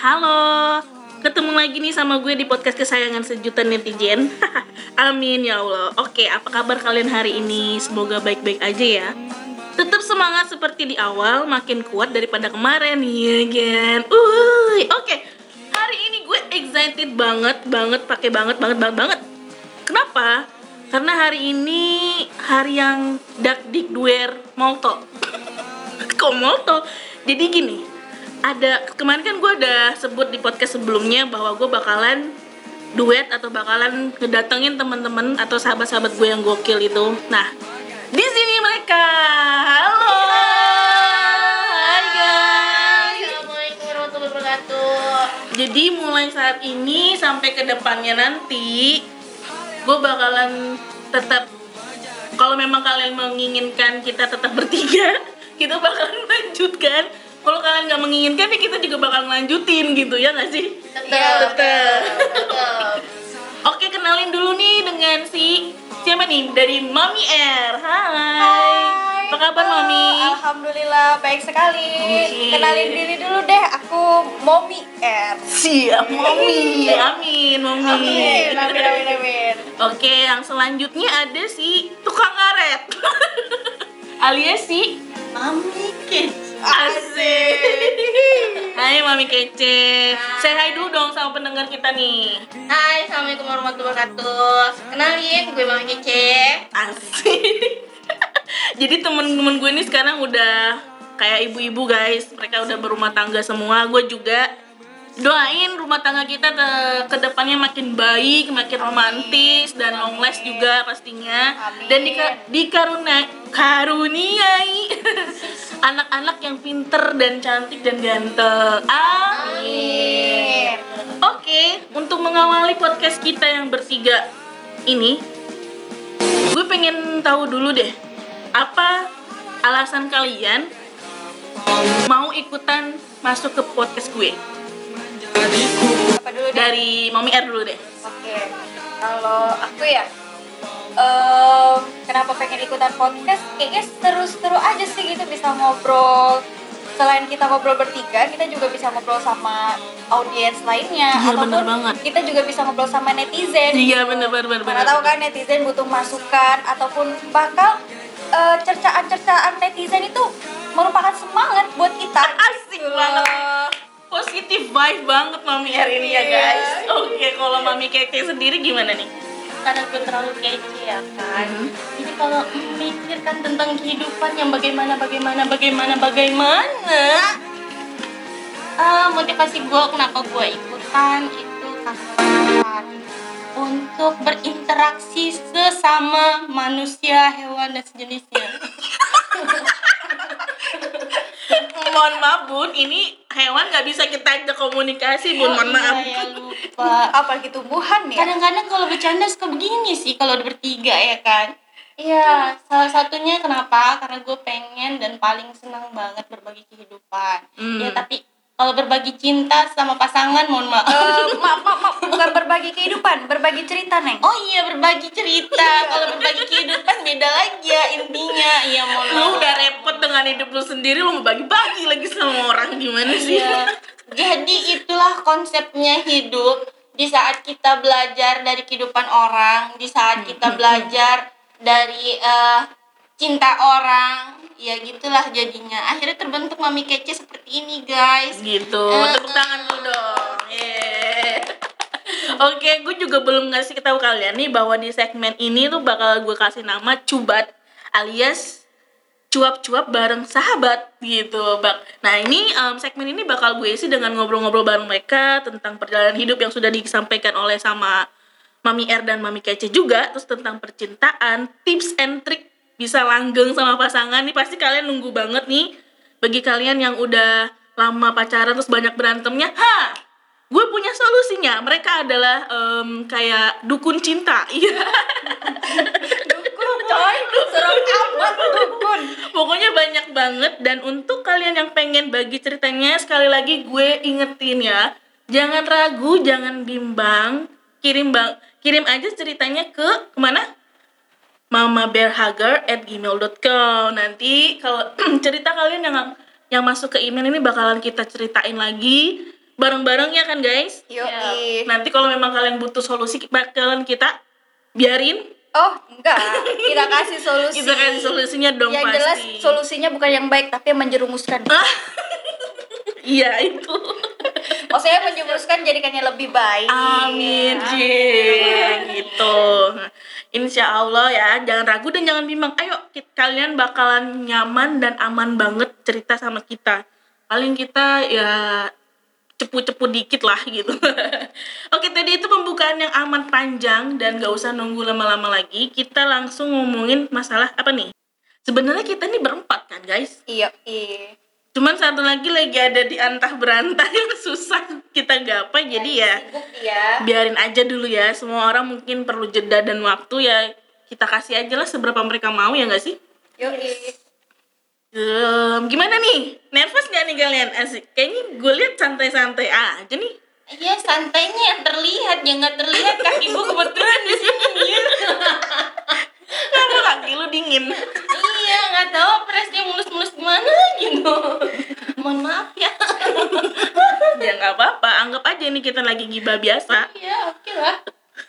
Halo, ketemu lagi nih sama gue di podcast kesayangan sejuta netizen. Amin ya Allah. Oke, apa kabar kalian hari ini? Semoga baik-baik aja ya. Tetap semangat seperti di awal, makin kuat daripada kemarin, ya kan? Oke. Hari ini gue excited banget, pakai banget. Kenapa? Karena hari ini hari yang dakdikduer molto. Kok molto? Jadi gini, ada kemarin kan gue udah sebut di podcast sebelumnya bahwa gue bakalan duet atau bakalan ngedatengin teman-teman atau sahabat-sahabat gue yang gokil itu. Nah, di sini mereka. Halo. Hai guys. Assalamualaikum warahmatullahi wabarakatuh. Jadi mulai saat ini sampai ke depannya nanti gue bakalan tetap, kalau memang kalian menginginkan kita tetap bertiga, kita bakalan melanjutkan. Kalau kalian nggak menginginkan ya kita juga bakal lanjutin gitu, ya nggak sih? Tetap. Oke, kenalin dulu nih dengan siapa nih? Dari Mami R. Hai. Apa kabar Mami? Alhamdulillah baik sekali. Oke. Kenalin diri dulu deh, aku Momi R. Siap Mami. Amin Mami. Amin. Oke, yang selanjutnya ada si tukang karet. Alias si Mami Kids. Asik. Hai Mami Kece. Say hi dulu dong sama pendengar kita nih. Hai, assalamualaikum warahmatullahi wabarakatuh. Kenalin, gue Mami Kece. Asik. Jadi temen-temen gue ini sekarang udah kayak ibu-ibu guys. Mereka udah berumah tangga semua. Gue juga doain rumah tangga kita ke depannya makin baik, makin romantis dan long last juga pastinya. Amin. Dan karuniai anak-anak yang pinter dan cantik dan ganteng. Amin. Oke, untuk mengawali podcast kita yang bertiga ini, gue pengen tahu dulu deh, apa alasan kalian mau ikutan masuk ke podcast gue? Apa dulu deh? Dari Mami R dulu deh. Oke. Kalau aku ya, kenapa pengen ikutan podcast? Kayaknya seru-seru aja sih gitu, bisa ngobrol. Selain kita ngobrol bertiga, kita juga bisa ngobrol sama audiens lainnya. Iya, ataupun bener banget. kita juga bisa ngobrol sama netizen. Iya, bener. Karena tahu kan netizen butuh masukan ataupun bakal cercaan-cercaan netizen itu merupakan semangat buat kita. Asik banget. Positif vibe banget Mami R ini ya guys. Oke, kalau Mami Keke sendiri gimana nih? Karena gue terlalu kece ya kan. Jadi kalau memikirkan tentang kehidupan yang bagaimana, motivasi gue kenapa gue ikutan itu karena untuk berinteraksi sesama manusia, hewan dan sejenisnya. Mohon maaf Bun, ini hewan nggak bisa kita ajak komunikasi Bun, mohon maaf. Ya lupa. Apalagi tumbuhan ya. Kadang-kadang kalau bercanda suka begini sih kalau bertiga ya kan. Iya, salah satunya kenapa? Karena gue pengen dan paling senang banget berbagi kehidupan. Ya tapi kalau berbagi cinta sama pasangan mohon maaf. Maaf, bukan berbagi kehidupan, berbagi cerita, Neng. Oh iya, berbagi cerita. Kalau berbagi kehidupan beda lagi ya intinya. Iya, mohon maaf. Lu udah repot dengan hidup lu sendiri, lu mau bagi-bagi lagi sama orang, gimana sih? Iya. Jadi itulah konsepnya hidup. Di saat kita belajar dari kehidupan orang, di saat kita belajar dari cinta orang, ya gitulah jadinya. Akhirnya terbentuk Mami Kece seperti ini, guys. Gitu, tepuk tangan dulu dong. Yeah. Oke, gue juga belum ngasih tahu kalian nih bahwa di segmen ini tuh bakal gue kasih nama Cubat alias cuap-cuap bareng sahabat gitu, Bang. Nah, ini segmen ini bakal gue isi dengan ngobrol-ngobrol bareng mereka tentang perjalanan hidup yang sudah disampaikan oleh sama Mami R dan Mami Kece juga, terus tentang percintaan, tips and trick bisa langgeng sama pasangan nih, pasti kalian nunggu banget nih. Bagi kalian yang udah lama pacaran terus banyak berantemnya, gue punya solusinya. Mereka adalah kayak dukun cinta. Iya. Dukun, coy. Serem amat dukun. Pokoknya banyak banget. Dan untuk kalian yang pengen bagi ceritanya, sekali lagi gue ingetin ya, jangan ragu, jangan bimbang. Kirim aja ceritanya ke kemana? mamabearhugger@gmail.com. Nanti kalau cerita kalian yang masuk ke email ini bakalan kita ceritain lagi bareng-bareng ya kan guys. Yoi. Nanti kalau memang kalian butuh solusi bakalan kita biarin. Oh enggak, kita kasih solusi. Kita kasih solusinya dong. Yang pasti. jelas solusinya bukan yang baik tapi yang menjerumuskan. Iya itu. Maksudnya menjerumuskan jadikannya lebih baik. Amin, gitu. Insya Allah ya, jangan ragu dan jangan bimbang. Ayo, kalian bakalan nyaman dan aman banget cerita sama kita. Paling kita ya cepu-cepu dikit lah gitu. Oke, tadi itu pembukaan yang amat panjang dan gak usah nunggu lama-lama lagi. Kita langsung ngomongin masalah apa nih? Sebenarnya kita nih berempat kan guys? Iya. Cuman satu lagi ada di antah berantah yang susah kita gapai, jadi ya sibuk dia. Biarin aja dulu ya. Semua orang mungkin perlu jeda dan waktu ya. Kita kasih aja lah seberapa mereka mau ya nggak sih? Yoi. Gimana nih? Nervous nggak nih kalian? Asik. Kayaknya gue lihat santai-santai aja nih. Iya, santainya yang terlihat, yang nggak terlihat kaki gue kebetulan di sini. Kenapa kaki lu dingin? Iya, nggak tahu presnya mulus-mulus gimana gitu. Mohon maaf ya. Ya nggak apa-apa, anggap aja ini kita lagi gibah biasa. Iya, oke lah.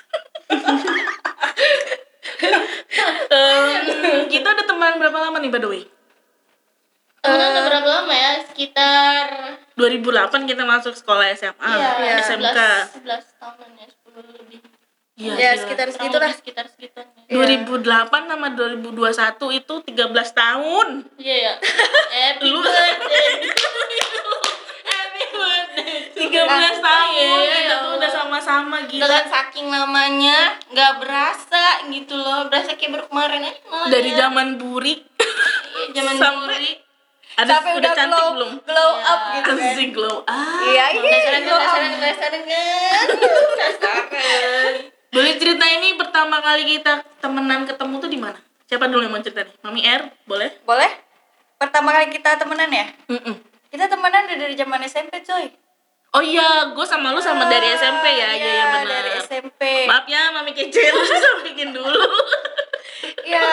Kita udah teman berapa lama nih by the way? Temenan udah berapa lama ya? Sekitar 2008 kita masuk sekolah SMA, SMK. 11 tahunan ya, 10 lebih. Iya, Ya, sekitar segitulah. Sekitar 2008 sama 2021 itu 13 tahun. Iya ya. Happy birthday. Happy birthday. 13 tahun kita tuh udah sama-sama gila. Dengan saking lamanya nggak berasa gitu loh. Berasa kayak baru kemarin aja malah. Dari zaman burik. Zaman sampai burik. Sampai udah cantik belum? Glow up gitu kan. Asik glow up. Iya, penasaran kan. Boleh cerita ini pertama kali kita temenan ketemu tuh di mana? Siapa dulu yang mau cerita nih? Mami R, boleh? Boleh? Pertama kali kita temenan ya? Kita temenan dari zaman SMP, coy. Oh iya, gue sama lu sama dari SMP ya? Iya benar. Dari SMP. Maaf ya, Mami kecil, sampingin dulu. Iya.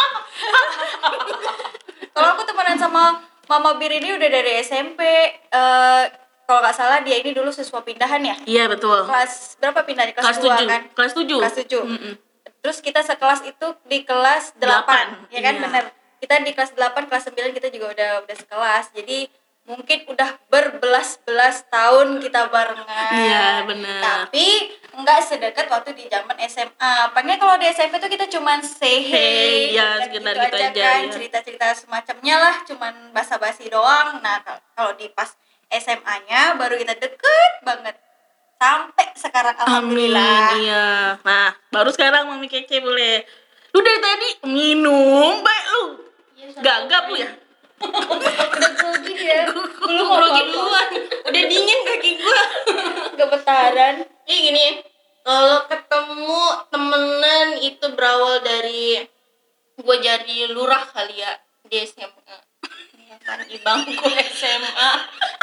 Kalau aku temenan sama Mama Bir ini udah dari SMP. Kalau nggak salah dia ini dulu siswa pindahan ya? Iya betul. Kelas berapa pindahnya? Kelas 2 kan? Kelas 7. Kelas 7. Terus kita sekelas itu di kelas 8. Ya kan, iya. bener. Kita di kelas 8, kelas 9 kita juga udah sekelas. Jadi mungkin udah berbelas-belas tahun kita barengan. Iya benar. Tapi nggak sedekat waktu di zaman SMA. Apalagi kalau di SMP tuh kita cuman say hey, ya sekitar gitu aja kan, ya. cerita-cerita semacamnya lah, cuman basa-basi doang. Nah kalau di pas SMA-nya baru kita deket banget sampai sekarang, alhamdulillah. Amin, iya. Nah baru sekarang Mami Kece boleh. Lu dari tadi minum baik lu. Gagap lu ya. Udah grogi dia. Belum grogi duluan. Udah dingin kaki gua. Gemetaran. Gini, kalau ketemu temenan itu berawal dari gua jadi lurah kali ya di SMA. Kan di bangku SMA.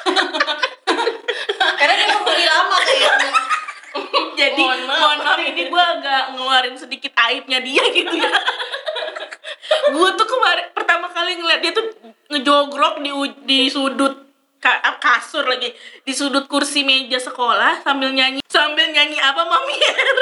Karena dia membeli lama kayaknya. Jadi mohon maaf ini gue agak ngeluarin sedikit aibnya dia gitu ya. Gue tuh kemarin pertama kali ngeliat dia tuh ngejogrok di sudut kasur lagi, di sudut kursi meja sekolah sambil nyanyi apa Mami?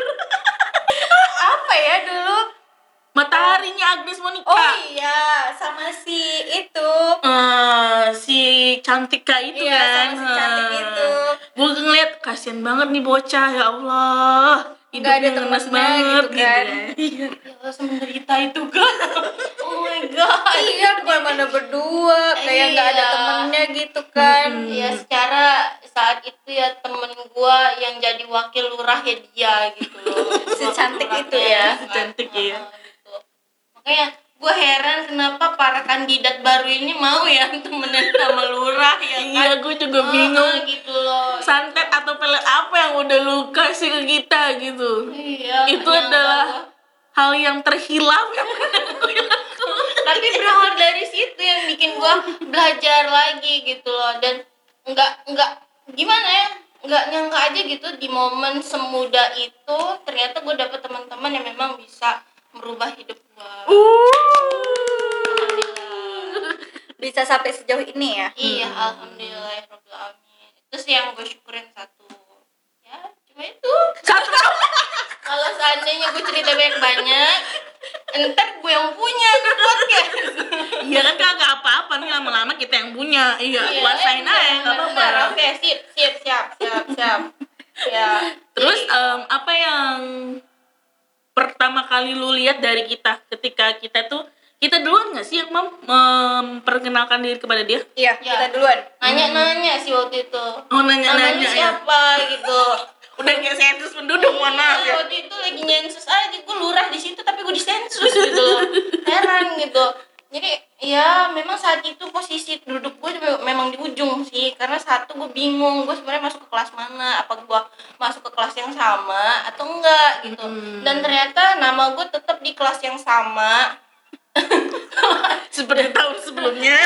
Apa ya dulu? Mataharinya Agnes Monica. Oh iya, sama si itu. Si Cantika itu iya, kan. Sama si cantik itu. Gue ngeliat kasian banget nih bocah, ya Allah. Nggak ada temennya banget gitu kan. Iya. Ya semenderita itu kan. Oh my god. Iya, mana berdua, kayak nggak ada temennya gitu kan. Iya, secara saat itu ya temen gua yang jadi wakil lurah ya dia gitu loh. Si cantik itu ya. Si cantik ya. Gitu. Makanya gue heran kenapa para kandidat baru ini mau ya temenan sama lurah ya kan. Iya, gue juga bingung gitu loh. Santet atau pelet apa yang udah lu kasih ke kita gitu. Iya. Itu adalah hal yang terhilang. Tapi berawal dari situ yang bikin gue belajar lagi gitu loh. Dan nggak gimana ya, nggak nyangka aja gitu di momen semuda itu ternyata gue dapet teman-teman yang memang bisa merubah hidup gue. Alhamdulillah. Bisa sampai sejauh ini ya. Iya, alhamdulillah. Terus yang gue syukurin satu, ya cuma itu satu. Kalau seandainya gue cerita banyak, entar gue yang punya di podcast. Iya kan kagak apa-apa nih, lama-lama kita yang punya. Iya, kuasain aja nggak apa-apa. Oke, siap. Ya. Terus apa yang pertama kali lu lihat dari kita ketika kita duluan nggak sih yang memperkenalkan diri kepada dia? Iya, kita duluan. Nanya sih waktu itu. Nanya siapa gitu. Udah kayak sensus penduduk, mohon maaf ya. Waktu itu lagi nyensus aja, gue lurah di situ tapi gue disensus gitu. Heran gitu. Jadi ya memang saat itu posisi duduk gue memang di ujung sih, karena satu gue bingung gue sebenarnya masuk ke kelas mana, apa gue masuk ke kelas yang sama atau enggak gitu. Dan ternyata nama gue tetap di kelas yang sama seperti tahun sebelumnya.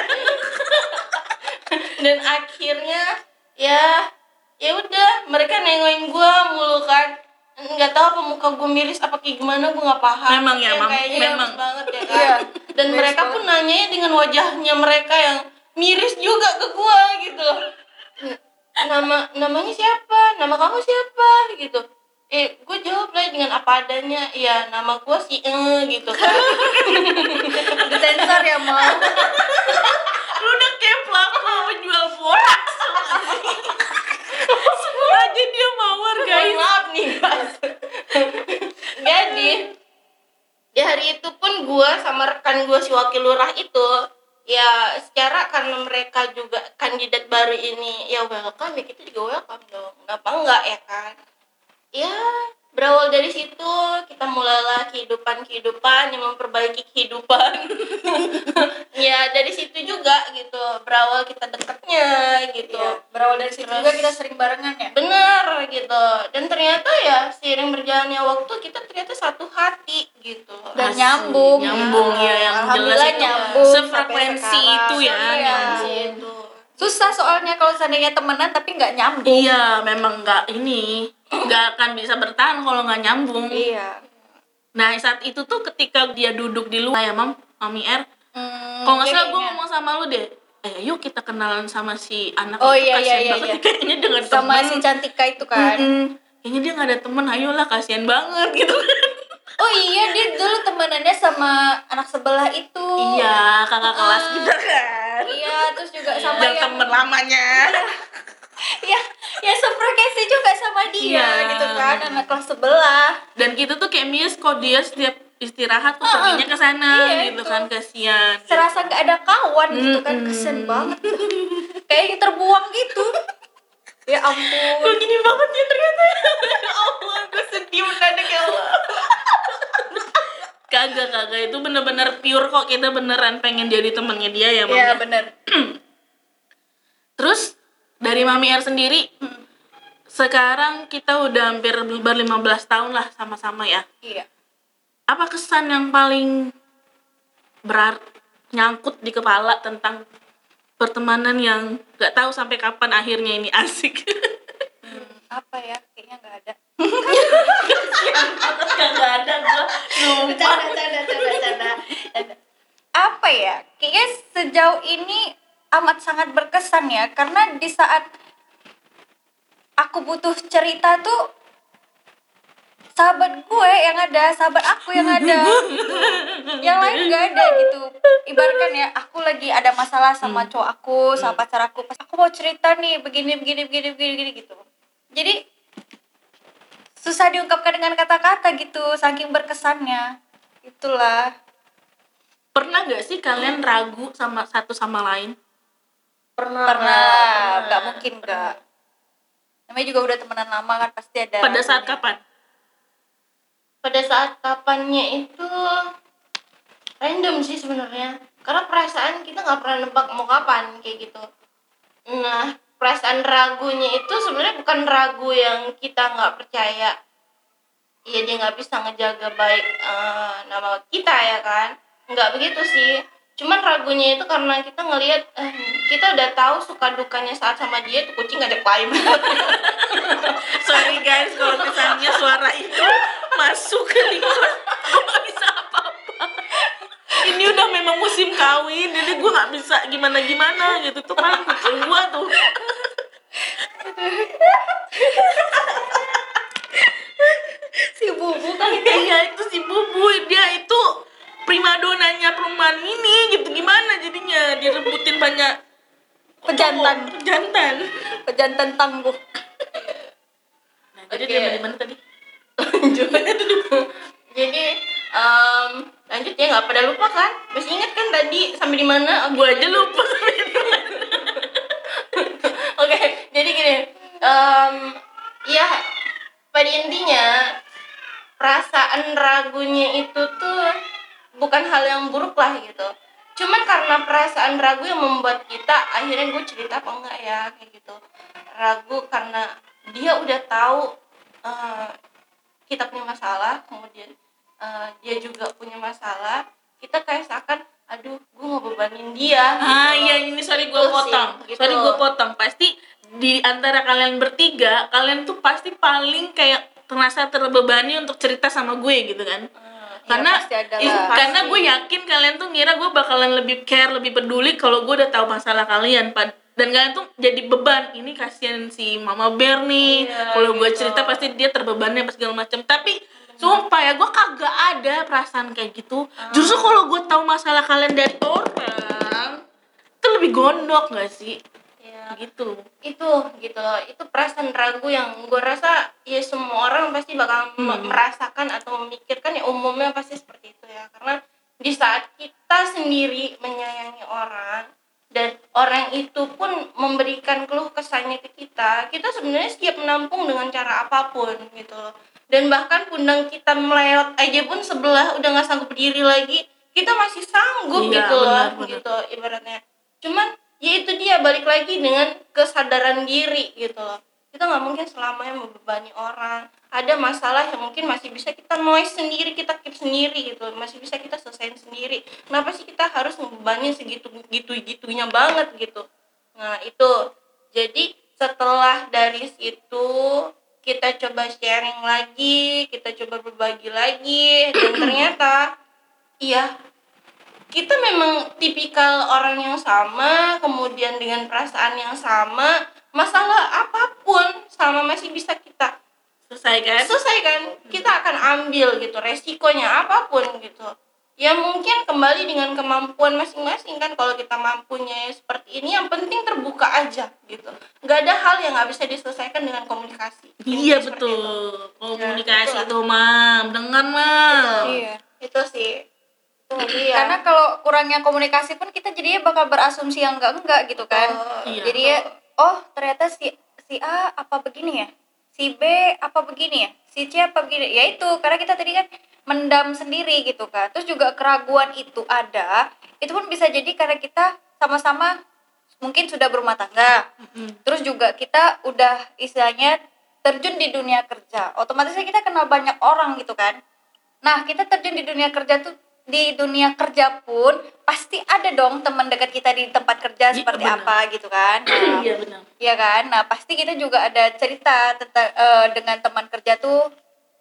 Dan akhirnya ya udah mereka nengokin gue mulu kan, nggak tahu apa muka gue miris apa kayak gimana, gue nggak paham. Memang ya, kayaknya memang banget ya kan. Dan mereka pun nanyanya dengan wajahnya mereka yang miris juga ke gue gitu. Namanya siapa, nama kamu siapa gitu. Gue jawab lah dengan apa adanya, ya nama gue si gitu kan. Disensor ya mau. Lu udah kayak pelaku penjual borak. Aja dia mawar guys. Maaf nih guys. Jadi di hari itu pun gue sama rekan gue si wakil lurah itu, ya secara karena mereka juga kandidat baru ini, ya welcome ya, kita juga welcome dong, kenapa enggak ya kan. Ya berawal dari situ kita mulailah kehidupan yang memperbaiki kehidupan. Ya dari situ juga gitu berawal kita deketnya gitu ya, berawal dari situ juga kita sering barengan ya, bener gitu. Dan ternyata ya seiring berjalannya waktu kita ternyata satu hati gitu dan nyambung ya, yang jelas itu nyambung, sefrekuensi itu ya, nyambung itu. Susah soalnya kalau seandainya temenan tapi nggak nyambung. Iya, memang nggak akan bisa bertahan kalau nggak nyambung. Iya. Nah saat itu tuh ketika dia duduk di luar ya Mami R, kalau nggak salah gue ngomong sama lu deh, yuk kita kenalan sama si anak itu, kasian banget kayaknya dia nggak ada temen. Sama si Cantika itu kan. Kayaknya dia nggak ada temen, ayolah kasian banget gitu kan. Oh iya, dia dulu temenannya sama anak sebelah itu. Iya, kakak kelas gitu kan. Iya, terus juga sama yang temen lamanya. Ya sefrekuensi juga sama dia gitu kan, anak kelas sebelah. Dan kita tuh kayak miss kok dia setiap istirahat tuh perginya ke sana gitu kan, kasian. Serasa nggak ada kawan gitu kan, kasian banget. Kayak terbuang gitu. Ya ampun. Kok gini banget ya ternyata. Ya Allah, gue sedih mendadak ya Allah. Kagak itu bener-bener pure kok, kita beneran pengen jadi temennya dia ya Mami. Iya bener. Terus dari Mami R sendiri, sekarang kita udah hampir 15 tahun lah sama-sama ya. Iya. Apa kesan yang paling nyangkut di kepala tentang pertemanan yang gak tahu sampai kapan akhirnya ini asik? Apa ya? Kayaknya gak ada. Gak ada gue. Bercanda. Apa ya? Kayaknya sejauh ini amat sangat berkesan ya, karena di saat aku butuh cerita tuh sahabat gue yang ada, sahabat aku yang ada gitu. Yang lain gak ada gitu. Ibaratkan ya, aku lagi ada masalah sama cowok aku, sama pacar aku, pas aku mau cerita nih begini gitu. Jadi susah diungkapkan dengan kata-kata gitu, saking berkesannya. Itulah. Pernah gak sih kalian ragu sama satu sama lain? Pernah. Gak mungkin gak. Namanya juga udah temenan lama kan, pasti ada. Pada saat kapan? Pada saat kapannya itu random sih sebenarnya, karena perasaan kita nggak pernah nebak mau kapan kayak gitu. Nah perasaan ragunya itu sebenarnya bukan ragu yang kita nggak percaya, iya dia nggak bisa ngejaga baik nama kita ya kan, nggak begitu sih. Cuman ragunya itu karena kita ngelihat kita udah tahu suka dukanya saat sama dia tuh kucing ngajak lain. Sorry guys kalau misalnya suara itu masuk ke lingkungan, gue gak bisa apa-apa. Ini udah memang musim kawin, jadi gue gak bisa gimana-gimana gitu. Tuh paling kucing gue tuh. Si Bubu kan Iya, itu si Bubu, dia itu primadonanya perumahan ini gitu. Gimana jadinya direbutin banyak pejantan tangguh. Nah, jadi dia di mana tadi? Lanjut. Jadi lanjut ya, nggak pada lupa kan? Masih ingat kan tadi sampai di mana? Gue aja lupa. Oke, jadi gini, ya pada intinya perasaan ragunya itu tuh bukan hal yang buruk lah gitu. Cuman karena perasaan ragu yang membuat kita akhirnya, gue cerita apa enggak ya kayak gitu. Ragu karena dia udah tahu kita punya masalah, kemudian dia juga punya masalah. Kita kayak seakan, aduh, gue ngebebanin dia. Iya, ini sorry gue potong. Gitu. Sorry gue potong. Pasti di antara kalian bertiga, kalian tuh pasti paling kayak terasa terbebani untuk cerita sama gue gitu kan. Karena karena gue yakin kalian tuh ngira gue bakalan lebih care, lebih peduli kalau gue udah tahu masalah kalian. Dan kalian tuh jadi beban. Ini kasihan si Mama Bear nih. Kalau gue cerita pasti dia terbebani apa segala macam. Tapi sumpah ya, gue kagak ada perasaan kayak gitu. Justru kalau gue tahu masalah kalian dari orang, itu lebih gondok gak sih? Gitu. Itu gitu loh. Itu perasaan ragu yang gue rasa ya semua orang pasti bakal merasakan atau memikirkan, ya umumnya pasti seperti itu ya. Karena di saat kita sendiri menyayangi orang dan orang itu pun memberikan keluh kesahnya ke kita sebenarnya siap menampung dengan cara apapun gitu loh. Dan bahkan pundak kita melewat aja pun sebelah udah nggak sanggup berdiri lagi, kita masih sanggup gitu loh, gitu ibaratnya. Cuman ya itu dia, balik lagi dengan kesadaran diri gitu loh. Kita nggak mungkin selamanya membebani orang. Ada masalah yang mungkin masih bisa kita noise sendiri, kita keep sendiri gitu, masih bisa kita selesaiin sendiri. Kenapa sih kita harus membebani gitunya banget gitu? Nah itu, jadi setelah dari situ kita coba sharing lagi, kita coba berbagi lagi, dan ternyata iya, kita memang tipikal orang yang sama, kemudian dengan perasaan yang sama, masalah apapun sama masih bisa kita selesaikan. Kita akan ambil gitu resikonya apapun gitu. Ya mungkin kembali dengan kemampuan masing-masing kan. Kalau kita mampunya seperti ini, yang penting terbuka aja gitu. Nggak ada hal yang nggak bisa diselesaikan dengan komunikasi. Iya betul, komunikasi itu mam, dengar mam. Iya, itu sih. Karena kalau kurangnya komunikasi pun kita jadinya bakal berasumsi yang enggak gitu kan. Jadi ya, ternyata si A apa begini ya, si B apa begini ya, si C apa begini. Ya itu karena kita tadi kan mendam sendiri gitu kan. Terus juga keraguan itu ada, itu pun bisa jadi karena kita sama-sama mungkin sudah berumah tangga. Terus juga kita udah istilahnya terjun di dunia kerja, otomatisnya kita kenal banyak orang gitu kan. Nah kita terjun di dunia kerja tuh, di dunia kerja pun pasti ada dong teman dekat kita di tempat kerja seperti apa gitu kan. Nah, iya benar. Iya kan. Nah pasti kita juga ada cerita tentang dengan teman kerja tuh,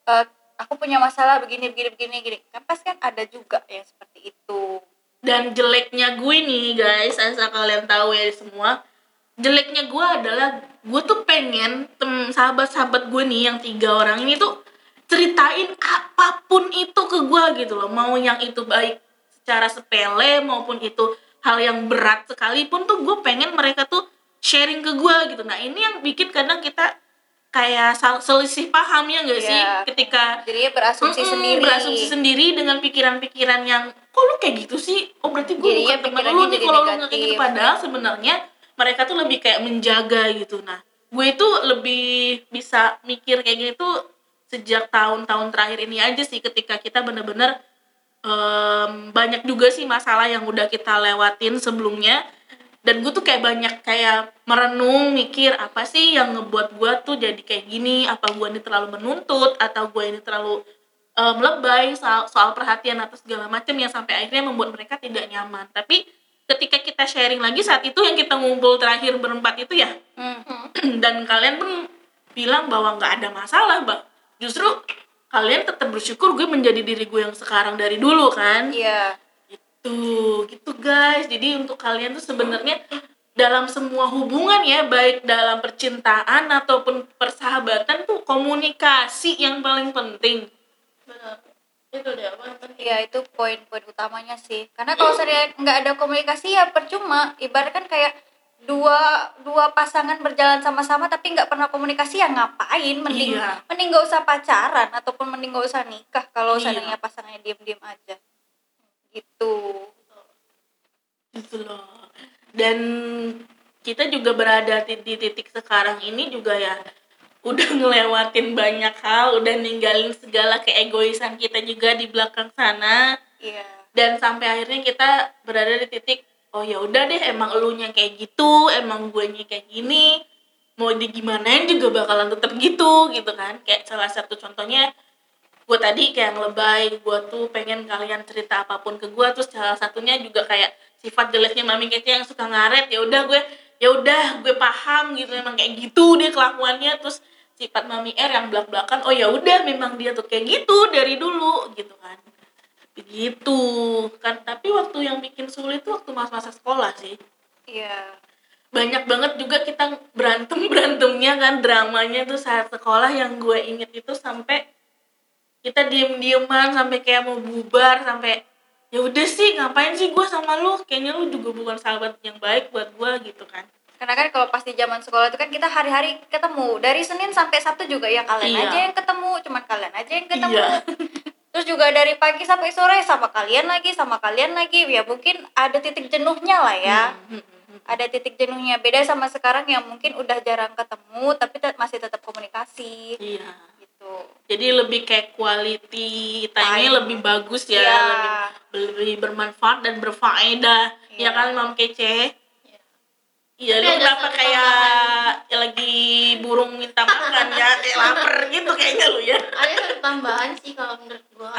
aku punya masalah begini. Kan pasti kan ada juga yang seperti itu. Dan jeleknya gue nih guys, asal kalian tahu ya semua, jeleknya gue adalah gue tuh pengen sahabat-sahabat gue nih yang 3 orang ini tuh ceritain apapun itu ke gue gitu loh. Mau yang itu baik secara sepele maupun itu hal yang berat sekalipun tuh gue pengen mereka tuh sharing ke gue gitu. Nah ini yang bikin kadang kita kayak selisih paham ya nggak sih, ketika jadinya berasumsi sendiri dengan pikiran-pikiran yang kok lu kayak gitu sih, oh berarti gue bukan teman lu nih kalau lu nggak kayak gitu. Padahal sebenarnya mereka tuh lebih kayak menjaga gitu. Nah gue itu lebih bisa mikir kayak gini tuh sejak tahun-tahun terakhir ini aja sih, ketika kita bener-bener banyak juga sih masalah yang udah kita lewatin sebelumnya. Dan gue tuh kayak banyak kayak merenung, mikir apa sih yang ngebuat gue tuh jadi kayak gini. Apa gue ini terlalu menuntut, atau gue ini terlalu lebay soal perhatian atau segala macam yang sampai akhirnya membuat mereka tidak nyaman. Tapi ketika kita sharing lagi saat itu yang kita ngumpul terakhir berempat itu ya, dan kalian pun bilang bahwa nggak ada masalah, Bang. Justru kalian tetap bersyukur gue menjadi diri gue yang sekarang dari dulu kan. Iya. Gitu guys. Jadi untuk kalian tuh sebenarnya dalam semua hubungan ya, baik dalam percintaan ataupun persahabatan tuh komunikasi yang paling penting. Benar. Itu dia paling penting. Ya itu poin-poin utamanya sih. Karena kalau saya nggak ada komunikasi ya percuma. Ibaratkan kayak dua pasangan berjalan sama-sama tapi nggak pernah komunikasi, ya ngapain? Mending nggak usah pacaran ataupun mending nggak usah nikah kalau seandainya pasangannya diem-diem aja. Gitu loh. Dan kita juga berada di titik sekarang ini juga ya udah ngelewatin banyak hal, udah ninggalin segala keegoisan kita juga di belakang sana. Dan sampai akhirnya kita berada di titik, oh ya udah deh, emang elunya kayak gitu, emang guenya kayak gini, mau digimanain juga bakalan tetap gitu kan. Kayak salah satu contohnya gue tadi kayak ngelebay, gue tuh pengen kalian cerita apapun ke gue, terus salah satunya juga kayak sifat jeleknya Mami Kece yang suka ngaret. Ya udah gue paham gitu, emang kayak gitu dia kelakuannya. Terus sifat Mami R yang belak-belakan, oh ya udah memang dia tuh kayak gitu dari dulu gitu kan. Begitu kan. Tapi waktu yang bikin sulit tuh waktu masa-masa sekolah sih. Banyak banget juga kita berantemnya kan, dramanya tuh saat sekolah. Yang gue inget itu sampai kita diem-dieman sampai kayak mau bubar, sampai ya udah sih ngapain sih gue sama lu, kayaknya lu juga bukan sahabat yang baik buat gue gitu kan. Karena kan kalau pas di zaman sekolah itu kan kita hari-hari ketemu dari Senin sampai Sabtu juga ya, kalian aja yang ketemu, cuman kalian aja yang ketemu. Terus juga dari pagi sampai sore sama kalian lagi ya, mungkin ada titik jenuhnya lah ya. Ada titik jenuhnya, beda sama sekarang yang mungkin udah jarang ketemu tapi masih tetap komunikasi. Gitu. Jadi lebih kayak quality time-nya lebih bagus ya, lebih bermanfaat dan berfaedah. Ya kan Mam Kece? Iya, lu kenapa kayak lagi burung minta makan ya, kayak lapar gitu kayaknya lu ya. Ada satu tambahan sih kalau menurut gua.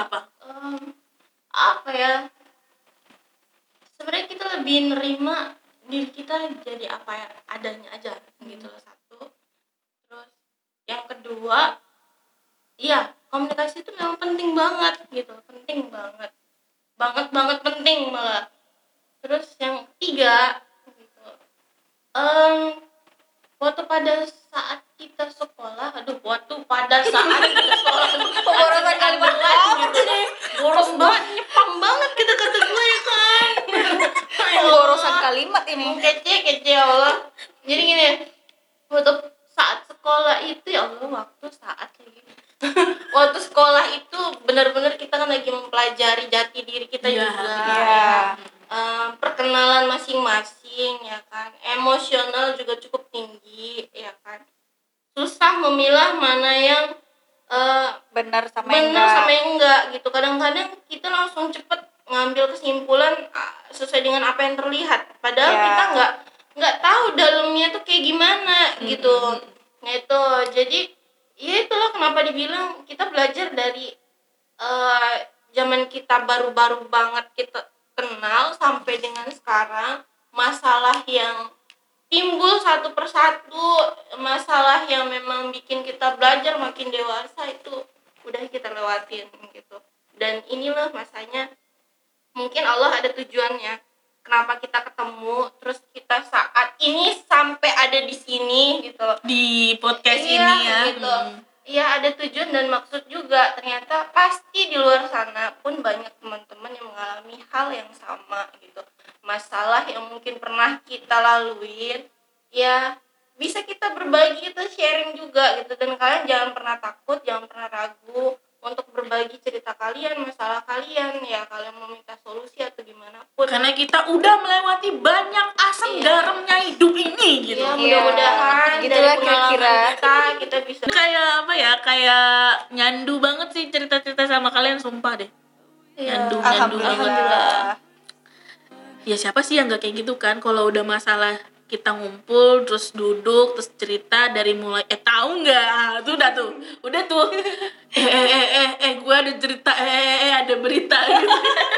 Apa ya? Sebenarnya kita lebih nerima diri kita jadi apa ya adanya aja gitu loh, satu. Terus yang kedua, komunikasi itu memang penting banget gitu, penting banget penting malah. Terus yang ketiga gitu, waktu pada saat kita sekolah, pemborosan kalimat gitu, boros banget, nyepang banget kata gue ya kan. Pemborosan kalimat ini. Kece ya Allah. Jadi gini, waktu saat sekolah itu ya Allah, waktu sekolah itu benar-benar kita kan lagi mempelajari jati diri kita juga. Perkenalan masing-masing ya kan, emosional juga cukup tinggi ya kan. Susah memilah mana yang benar sama yang enggak gitu. Kadang-kadang kita langsung cepet ngambil kesimpulan sesuai dengan apa yang terlihat, padahal kita nggak tahu dalamnya tuh kayak gimana gitu. Nah itu jadi ya itulah kenapa dibilang kita belajar dari zaman kita baru-baru banget kita kenal sampai dengan sekarang, masalah yang timbul satu persatu, masalah yang memang bikin kita belajar makin dewasa itu udah kita lewatin gitu. Dan inilah masanya mungkin Allah ada tujuannya kenapa kita ketemu, terus kita saat ini sampai ada di sini gitu, di podcast ini ya gitu. Iya, ada tujuan dan maksud juga. Ternyata pasti di luar sana pun banyak teman-teman yang mengalami hal yang sama gitu. Masalah yang mungkin pernah kita laluin, ya bisa kita berbagi, kita sharing juga gitu. Dan kalian jangan pernah takut, jangan pernah ragu untuk berbagi cerita kalian, masalah kalian, ya kalian mau minta solusi atau gimana pun. Karena kita udah melewati banyak asam garamnya hidup ini gitu. Ya, mudah-mudahan dari pengalaman kita bisa. Kayak apa ya? Kayak nyandu banget sih cerita-cerita sama kalian, sumpah deh. Nyandu banget. Ya siapa sih yang nggak kayak gitu kan? Kalau udah masalah kita ngumpul terus duduk terus cerita dari mulai tahu nggak tuh udah tuh gue ada cerita ada berita gitu.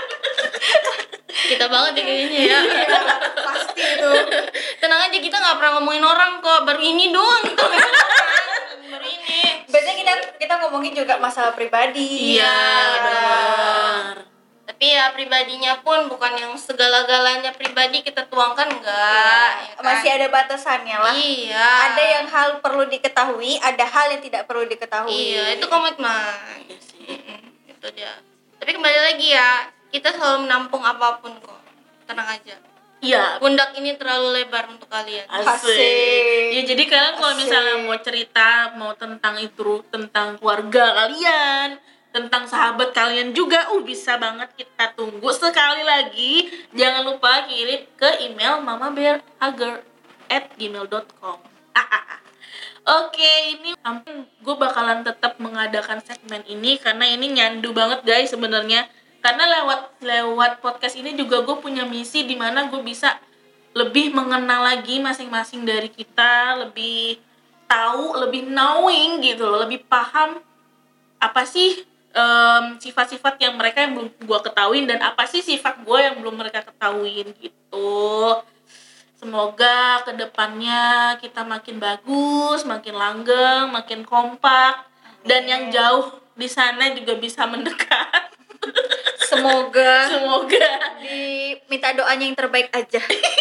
Kita banget ya kayaknya ya. Pasti itu. Tenang aja, kita nggak pernah ngomongin orang kok, baru ini doang kita baru ini. Biasanya kita ngomongin juga masalah pribadi. Iya benar. Tapi ya pribadinya pun bukan yang segala-galanya pribadi kita tuangkan, enggak ya kan? Masih ada batasannya lah. Iya. Ada yang hal perlu diketahui, ada hal yang tidak perlu diketahui. Iya, itu komitmen. Itu dia. Tapi kembali lagi ya, kita selalu menampung apapun kok. Tenang aja. Iya. Pundak ini terlalu lebar untuk kalian. Asik. Ya jadi kalian kalau misalnya mau cerita, mau tentang itu, tentang keluarga kalian, tentang sahabat kalian juga, bisa banget, kita tunggu. Sekali lagi, jangan lupa kirim ke email mamabearhager@gmail.com. Oke, ini gue bakalan tetap mengadakan segmen ini karena ini nyandu banget guys sebenarnya. Karena lewat podcast ini juga gue punya misi di mana gue bisa lebih mengenal lagi masing-masing dari kita, lebih tahu, lebih knowing gitu loh, lebih paham apa sih sifat-sifat yang mereka yang belum gue ketahuin dan apa sih sifat gue yang belum mereka ketahuin gitu. Semoga kedepannya kita makin bagus, makin langgeng, makin kompak. Dan yang jauh di sana juga bisa mendekat. Semoga diminta doanya yang terbaik aja.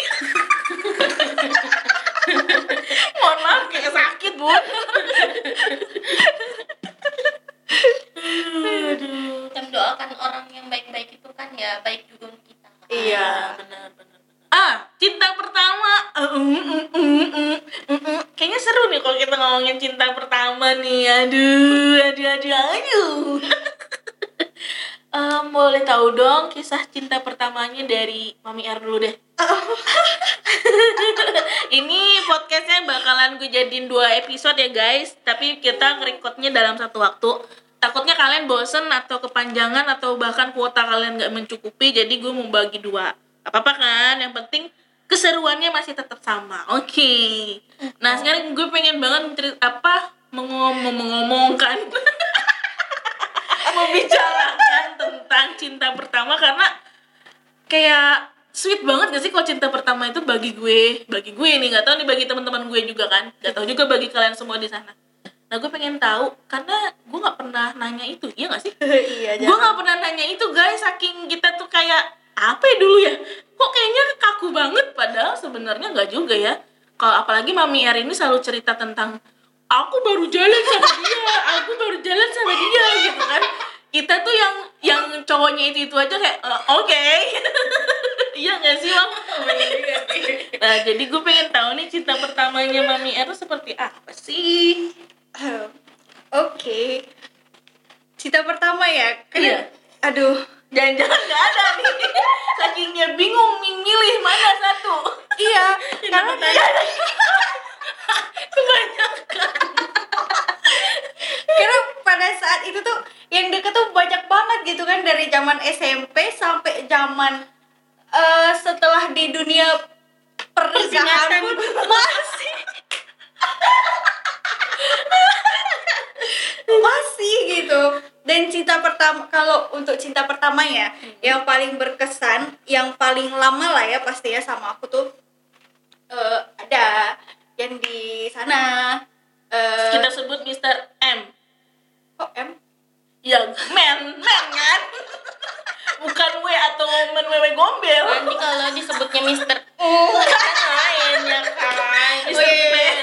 Mohon maaf kayak sakit, Bun. Kita mendoakan orang yang baik-baik itu kan ya baik juga untuk kita. Iya, benar. Cinta pertama. Kayaknya seru nih kalau kita ngomongin cinta pertama nih. Aduh. Boleh tahu dong kisah cinta pertamanya dari Mami R dulu deh. Ini podcastnya bakalan gue jadiin 2 episode ya guys. Tapi kita nge-recordnya dalam satu waktu. Takutnya kalian bosen atau kepanjangan atau bahkan kuota kalian gak mencukupi. Jadi gue mau bagi 2. Apa-apa kan? Yang penting keseruannya masih tetap sama. Oke. Nah sekarang gue pengen banget mengomongkan membicarakan tentang cinta pertama karena kayak sweet banget gak sih kalau cinta pertama itu bagi gue nih, nggak tahu nih bagi teman-teman gue juga kan, nggak tahu juga bagi kalian semua di sana. Nah gue pengen tahu karena gue nggak pernah nanya itu, iya nggak sih? Iya. Gue nggak pernah nanya itu guys, saking kita tuh kayak apa ya dulu ya, kok kayaknya kaku banget, padahal sebenarnya nggak juga ya. Kalau apalagi Mami R ini selalu cerita tentang aku baru jalan sama dia gitu kan. Kita tuh yang cowoknya itu aja kayak oke. Iya nggak sih Bang? Nah jadi gue pengen tahu nih cinta pertamanya Mami R seperti apa sih? Oke. Cinta pertama ya? Iya. Aduh, jangan-jangan nggak ada nih. Sakingnya bingung milih mana satu. Iya, karena kebanyakan. Karena pada saat itu tuh yang deket tuh banyak banget gitu kan, dari zaman SMP sampai zaman setelah di dunia pernikahan pun masih gitu. Dan cinta pertama, kalau untuk cinta pertama ya, yang paling berkesan, yang paling lama lah ya pasti ya sama aku tuh ada yang di sana. Kita sebut Mr. M. Kok M? Ya, men kan? Bukan W atau men wewe gombel. Nanti kalau disebutnya Mister kan lain ya kan. Mr. Men.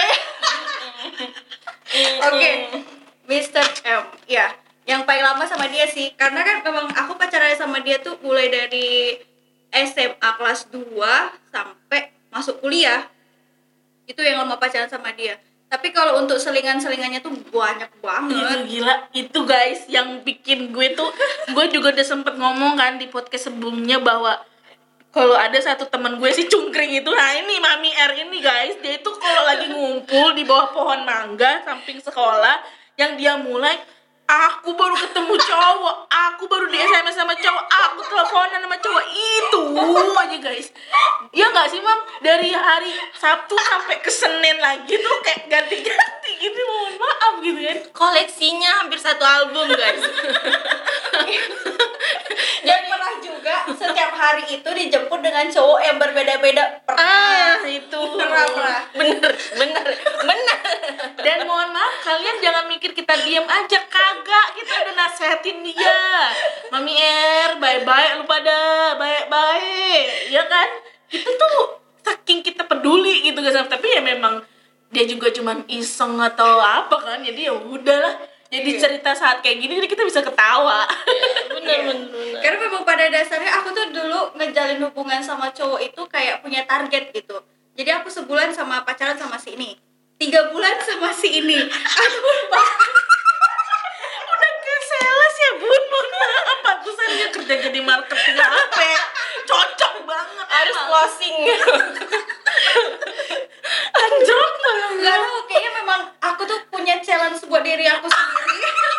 Oke, Mr. M. Ya, yang paling lama sama dia sih. Karena kan memang aku pacaran sama dia tuh mulai dari SMA kelas 2 sampai masuk kuliah. Itu yang lama pacaran sama dia. Tapi kalau untuk selingan-selingannya tuh banyak banget. Gila, itu guys yang bikin gue juga udah sempet ngomong kan di podcast sebelumnya bahwa kalau ada satu teman gue si cungkring itu, nah ini Mami R ini guys, dia itu kalau lagi ngumpul di bawah pohon mangga samping sekolah, yang dia mulai, aku baru ketemu cowok, aku baru di SMS sama cowok, aku teleponan sama cowok, itu aja guys. Ya nggak sih Mam, dari hari Sabtu sampai ke Senin lagi tuh kayak ganti-ganti gitu, mohon maaf gitu kan. Koleksinya hampir 1 album guys. Dan pernah juga setiap hari itu dijemput dengan cowok yang berbeda-beda. Itu pernah. Bener. Dan mohon maaf, kalian jangan mikir kita diam aja, kagak, kita ada nasehatin dia, Mami baik-baik lu pada, baik-baik, ya kan? Kita tuh saking kita peduli gitu guys, tapi ya memang dia juga cuman iseng atau apa kan, jadi ya udahlah. Jadi cerita saat kayak gini jadi kita bisa ketawa. Bener. Karena memang pada dasarnya aku tuh dulu ngejalin hubungan sama cowok itu kayak punya target gitu. Jadi aku sebulan sama pacaran sama si ini, 3 bulan sama si ini. Udah kayak sales ya bun, mohon maaf, pantesan dia kerja jadi marketing HP, cocok banget, harus closing. Anjok banget. Gak tau, kayaknya memang aku tuh punya challenge buat diri aku sendiri.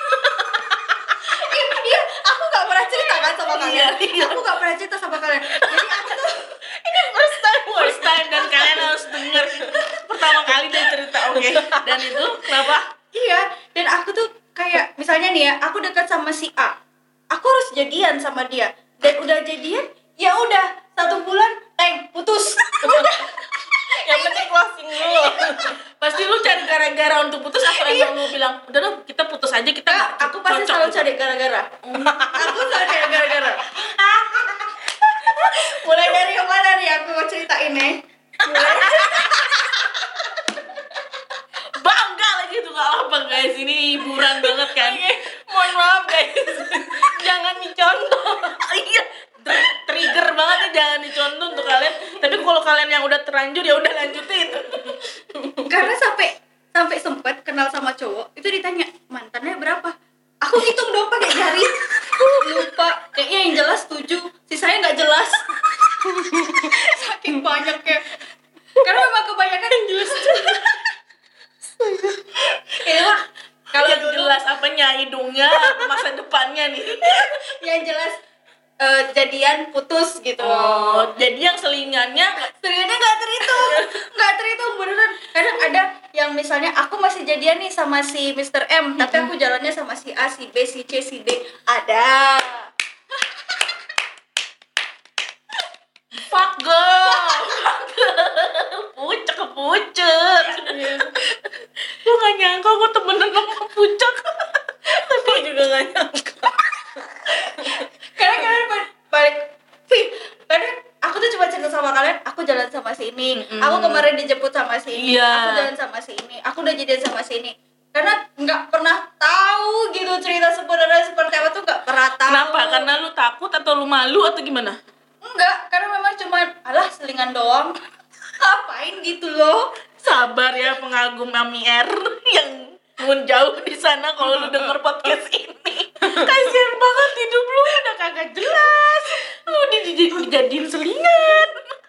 Iya, aku gak pernah cerita kan sama kalian. Aku gak pernah cerita sama kalian. Jadi aku tuh ini first time dan kalian harus dengar pertama kali dia cerita. Oke. Dan itu kenapa? Iya, dan aku tuh kayak misalnya nih ya, aku dekat sama si A, aku harus jadian sama dia, dan udah jadian ya udah 1 bulan putus. Yang penting closing dulu. Pasti lu cari gara-gara untuk putus atau emang lu bilang udah dong kita putus aja, kita aku pasti selalu cari gara-gara. Aku selalu cari gara-gara. Mulai dari yang mana nih aku mau ceritain nih? Bangga lagi tuh, gak apa guys, ini hiburan banget kan. Mohon maaf guys, jangan dicontoh. Iya, trigger banget nih, jangan dicontoh untuk kalian. Tapi kalau kalian yang udah terlanjur ya udah lanjutin. Karena sampai sempet kenal sama cowok itu ditanya mantannya berapa, aku hitung dong pakai jari, lupa kayaknya yang jelas 7, sisanya nggak jelas. Saking banyaknya, karena memang kebanyakan yang jelas. Iya, Kalau jelas apanya, hidungnya, masa depannya nih. yang jelas jadian putus gitu. Oh, jadi yang selingannya nggak terhitung beneran. Kadang ada yang misalnya aku masih jadian nih sama si Mr. M, tapi aku jalannya sama si A, si B, si C, si D. Ada. fuck girl. Pucet. Gue gak nyangka gue temenan sama pucet. Tapi juga gak nyangka. Karena kalian balik sih, kadang aku tuh cuma cerita sama kalian, aku jalan sama si ini, aku kemarin dijemput sama si ini, aku jalan sama si ini, aku udah jadian sama si ini. Karena nggak pernah tahu gitu cerita sebenarnya seperti apa tuh, nggak pernah tahu. Kenapa? Karena lu takut atau lu malu atau gimana? Enggak, karena memang cuma alah selingan doang. Ngapain gitu loh. Sabar ya pengagum Mami yang jauh di sana kalau lu denger podcast ini. Kasian banget hidup lu udah kagak jelas. Lu dijadiin selingan.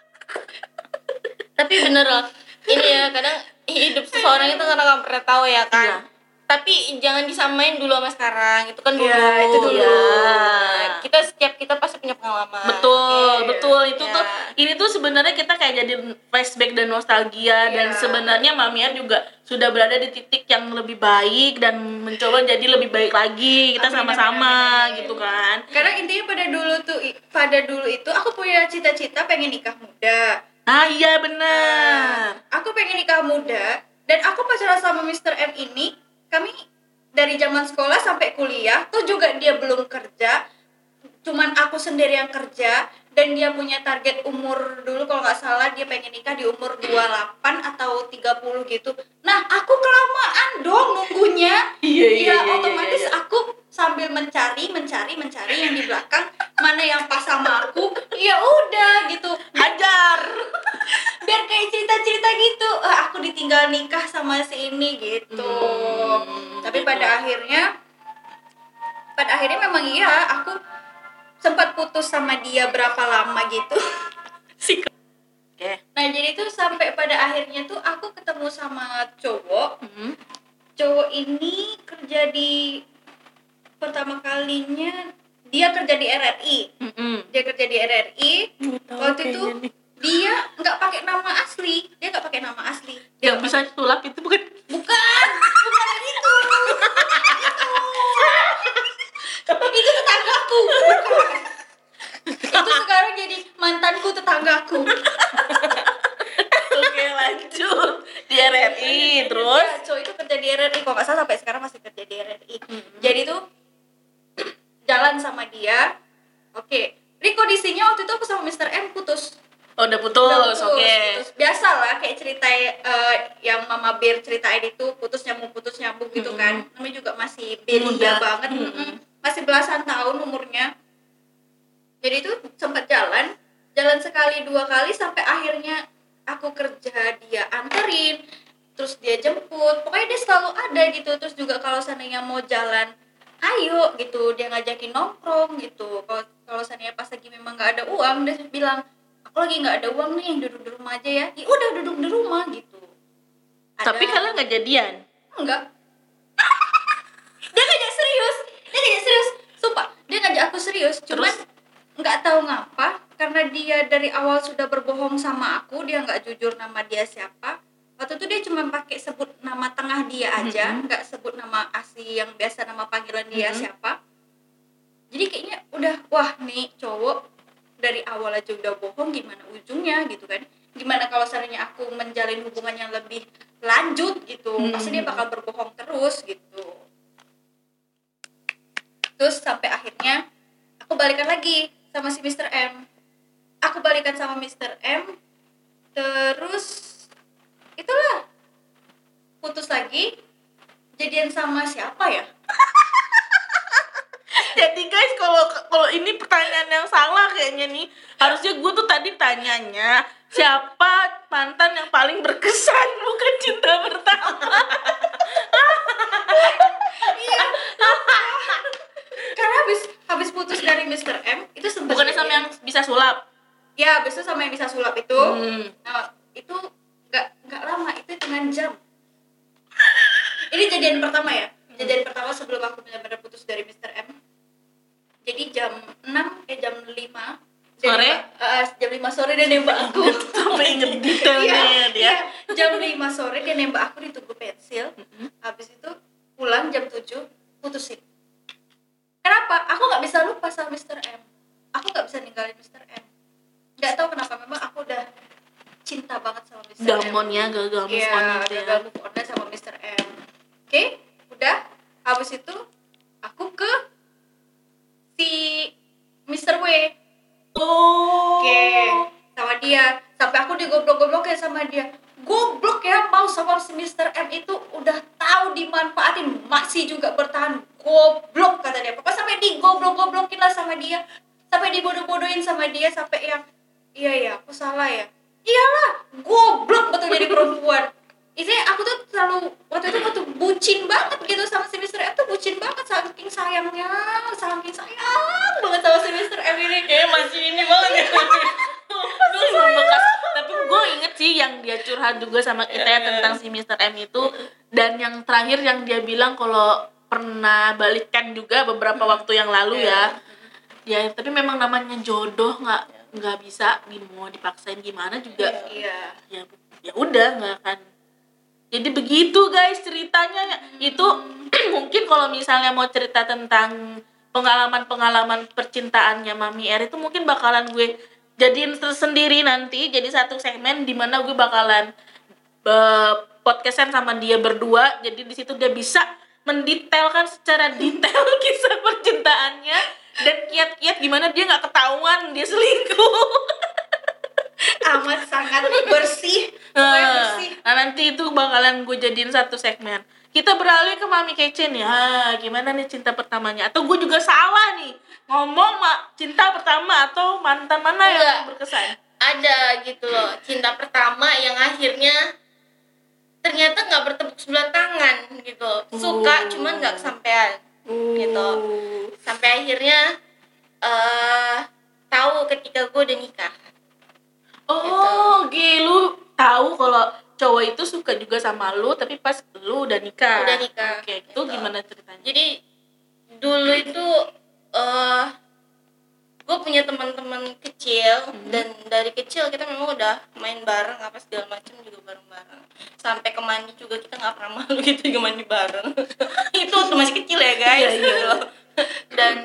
Tapi bener loh, ini ya kadang hidup seseorang itu karena gak pernah tahu ya kan. Iya. Tapi jangan disamain dulu sama sekarang, itu kan dulu. Iya, itu dulu. Nah, kita pasti punya pengalaman. Betul. Itu tuh ini tuh sebenarnya kita kayak jadi flashback dan nostalgia dan sebenarnya Mami juga sudah berada di titik yang lebih baik dan mencoba jadi lebih baik lagi. Kita sama-sama gitu kan. Karena intinya pada dulu itu aku punya cita-cita pengen nikah muda. Ah iya benar. Aku pengen nikah muda dan aku pacaran sama Mr. M ini. Kami dari zaman sekolah sampai kuliah tuh juga dia belum kerja, cuman aku sendiri yang kerja, dan dia punya target umur dulu kalau nggak salah dia pengen nikah di umur 28 atau 30 gitu. Nah aku kelamaan dong nunggunya. Iya, otomatis aku sambil mencari yang di belakang mana yang pas sama aku, ya udah gitu Hajar. biar kayak cerita-cerita gitu, aku ditinggal nikah sama si ini gitu. Tapi pada akhirnya memang aku sempat putus sama dia berapa lama gitu. Nah jadi tuh sampai pada akhirnya tuh aku ketemu sama cowok. Cowok ini kerja di pertama kalinya dia kerja di RRI. Dia kerja di RRI. Waktu itu dia nggak pakai nama asli. Dia Bisa sulap itu bukan yang itu. Itu tetanggaku. Itu sekarang jadi mantanku, tetanggaku. Oke lanjut. Di RRI terus Ya, cowok itu kerja di RRI, kalau nggak salah sampai sekarang masih kerja di RRI. Jadi tuh Oh, udah putus. Oke. Putus. Biasa lah kayak cerita yang Mama Bir ceritain itu, putus nyambung gitu kan. Namanya juga masih belia banget. Masih belasan tahun umurnya. Jadi itu sempat jalan sekali 2 kali sampai akhirnya aku kerja, dia anterin, terus dia jemput. Pokoknya dia selalu ada gitu. Terus juga kalau seandainya mau jalan, ayo gitu, dia ngajakin nongkrong gitu. Kalau seandainya pas lagi memang nggak ada uang, dia bilang, aku lagi nggak ada uang nih, duduk di rumah aja ya. Ya udah, duduk di rumah gitu. Tapi kalian nggak jadian? Enggak. Dia ngajak serius, sumpah, dia ngajak aku serius. Cuman nggak tahu ngapa, karena dia dari awal sudah berbohong sama aku, dia nggak jujur nama dia siapa. Waktu itu dia cuma pakai sebut nama tengah dia aja, nggak sebut nama asli yang biasa nama panggilan dia siapa. Jadi kayaknya udah, wah nih cowok dari awal aja udah bohong, gimana ujungnya gitu kan. Gimana kalau seandainya aku menjalin hubungan yang lebih lanjut gitu, pasti dia bakal berbohong terus gitu. Terus sampai akhirnya aku balikan lagi sama si Mr. M. Terus itulah, putus lagi, jadian sama siapa ya? Jadi guys, kalau ini pertanyaan yang salah kayaknya nih. Harusnya gue tuh tadi tanyanya siapa mantan yang paling berkesan, bukan cinta pertama. Iya. Karena habis putus dari Mr. M itu sempat. Bukannya sama yang bisa sulap? Ya, habis itu sama yang bisa sulap itu. Nah, itu nggak lama, itu dengan jam. Ini jadian pertama ya. Jadian pertama sebelum aku benar-benar putus dari Mr. M. Jadi jam 5 sore? Jam 5 sore dia nembak aku. Sampai inget detailnya dia. Iya, jam 5 sore dia nembak aku di Tugu Pensil. Habis itu pulang jam 7, putusin. Kenapa? Aku nggak bisa lupa sama Mr. M. Aku nggak bisa ninggalin Mr. M. Nggak tahu kenapa, memang aku udah cinta banget sama Mr. M. Gamonnya gagal move on gitu ya. Gagal move on sama Mr. M. Oke, udah. Habis itu aku ke si Mr. W. Oke, sama dia. Sampai aku digoblok-goblokin sama dia. Goblok ya, mau sama si Mr. M itu udah tahu dimanfaatin, masih juga bertahan. Goblok kata dia. Pokoknya sampai digoblok-goblokin lah sama dia. Sampai dibodoh-bodohin sama dia. Sampai yang, iya aku salah ya. Iyalah, goblok betul jadi perempuan. Isinya aku tuh terlalu, waktu itu aku tuh bucin banget gitu sama si Mr. M tuh, bucin banget, saking sayang banget sama si Mr. M ini. Kayak masih ini banget ya. Tapi gue inget sih yang dia curhat juga sama kita ya tentang si Mr. M itu. Dan yang terakhir yang dia bilang kalau pernah balikan juga beberapa waktu yang lalu ya. Ya tapi memang namanya jodoh, nggak bisa mau dipaksain gimana juga. Ya udah nggak akan. Jadi begitu guys ceritanya. Itu mungkin kalau misalnya mau cerita tentang pengalaman percintaannya Mami R itu mungkin bakalan gue jadiin tersendiri nanti, jadi satu segmen di mana gue bakalan podcastan sama dia berdua. Jadi di situ dia bisa mendetailkan secara detail kisah percintaannya dan kiat-kiat gimana dia nggak ketahuan dia selingkuh. Amat sangat bersih. Bersih. Nah nanti itu bakalan gue jadiin satu segmen. Kita beralih ke Mami Kece nih. Gimana nih cinta pertamanya? Atau gue juga salah nih ngomong cinta pertama atau mantan mana yang berkesan? Ada gitu loh, cinta pertama yang akhirnya ternyata nggak bertepuk sebelah tangan gitu. Suka cuman nggak kesampean gitu. Sampai akhirnya tahu ketika gue udah nikah. Lu tahu kalau cowok itu suka juga sama lu tapi pas lu udah nikah. Oke, itu gimana ceritanya? Jadi dulu itu gue punya teman-teman kecil dan dari kecil kita memang udah main bareng apa segala macam juga bareng-bareng. Sampai ke mandi juga kita nggak pernah malu gitu juga mandi bareng. Itu waktu masih kecil ya guys. Iya. Dan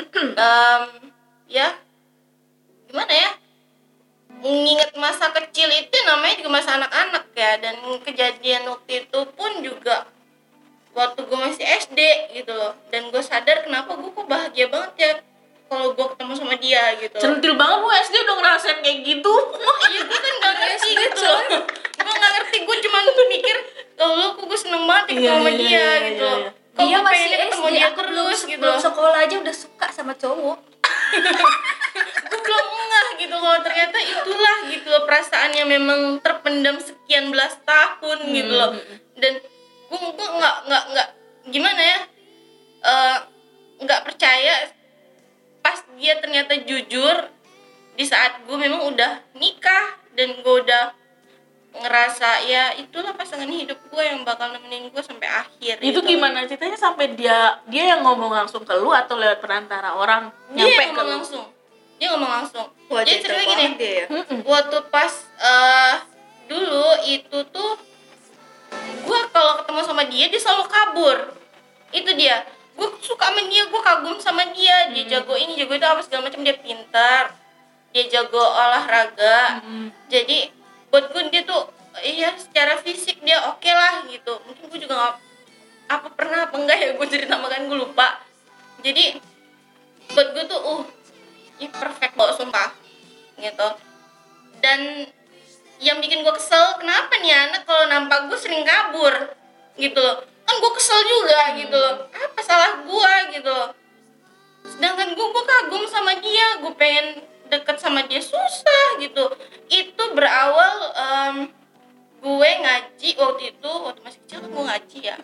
ya gimana ya? Nginget masa kecil itu namanya juga masa anak-anak ya, dan kejadian waktu itu pun juga waktu gue masih SD gitu loh, dan gue sadar kenapa gue kok bahagia banget ya kalau gue ketemu sama dia gitu. Centil banget lu SD udah ngerasain kayak gitu. Iya gue kan nggak ngerti gitu loh. Gue nggak ngerti, gue cuma mikir lo kok gue seneng banget ketemu sama dia gitu loh. Dia masih ketemu SD, dia aku terus gitu belum sekolah aja udah suka sama cowok. Gue belum ngeh gitu kalau ternyata itulah gitu loh perasaannya memang terpendam sekian belas tahun gitu loh. Dan gue nggak gimana ya, nggak percaya pas dia ternyata jujur di saat gue memang udah nikah dan gue udah ngerasa ya itulah pasangan hidup gue yang bakal nemenin gue sampai akhir. Itu gitu. Gimana ceritanya sampai dia yang ngomong langsung ke lu atau lewat perantara orang nyampe ke lu? Dia ngomong langsung. Wah, jadi cerita gini, ya? waktu pas dulu itu tuh gue kalau ketemu sama dia selalu kabur. Itu dia, gue suka sama dia, gue kagum sama dia. Dia jago ini, jago itu apa segala macam, dia pintar, dia jago olahraga. Jadi buat gue dia tuh iya secara fisik dia oke lah gitu. Mungkin gue juga nggak apa pernah apa enggak ya gue cerita, makan gue lupa. Jadi buat gue tuh perfect banget sumpah gitu. Dan yang bikin gue kesel, kenapa nih anak kalau nampak gue sering kabur gitu loh. Kan gue kesel juga gitu loh, apa salah gue gitu loh. Sedangkan gue kagum sama dia, gue pengen deket sama dia susah gitu. Itu berawal gue ngaji waktu masih kecil kan gue ngaji ya.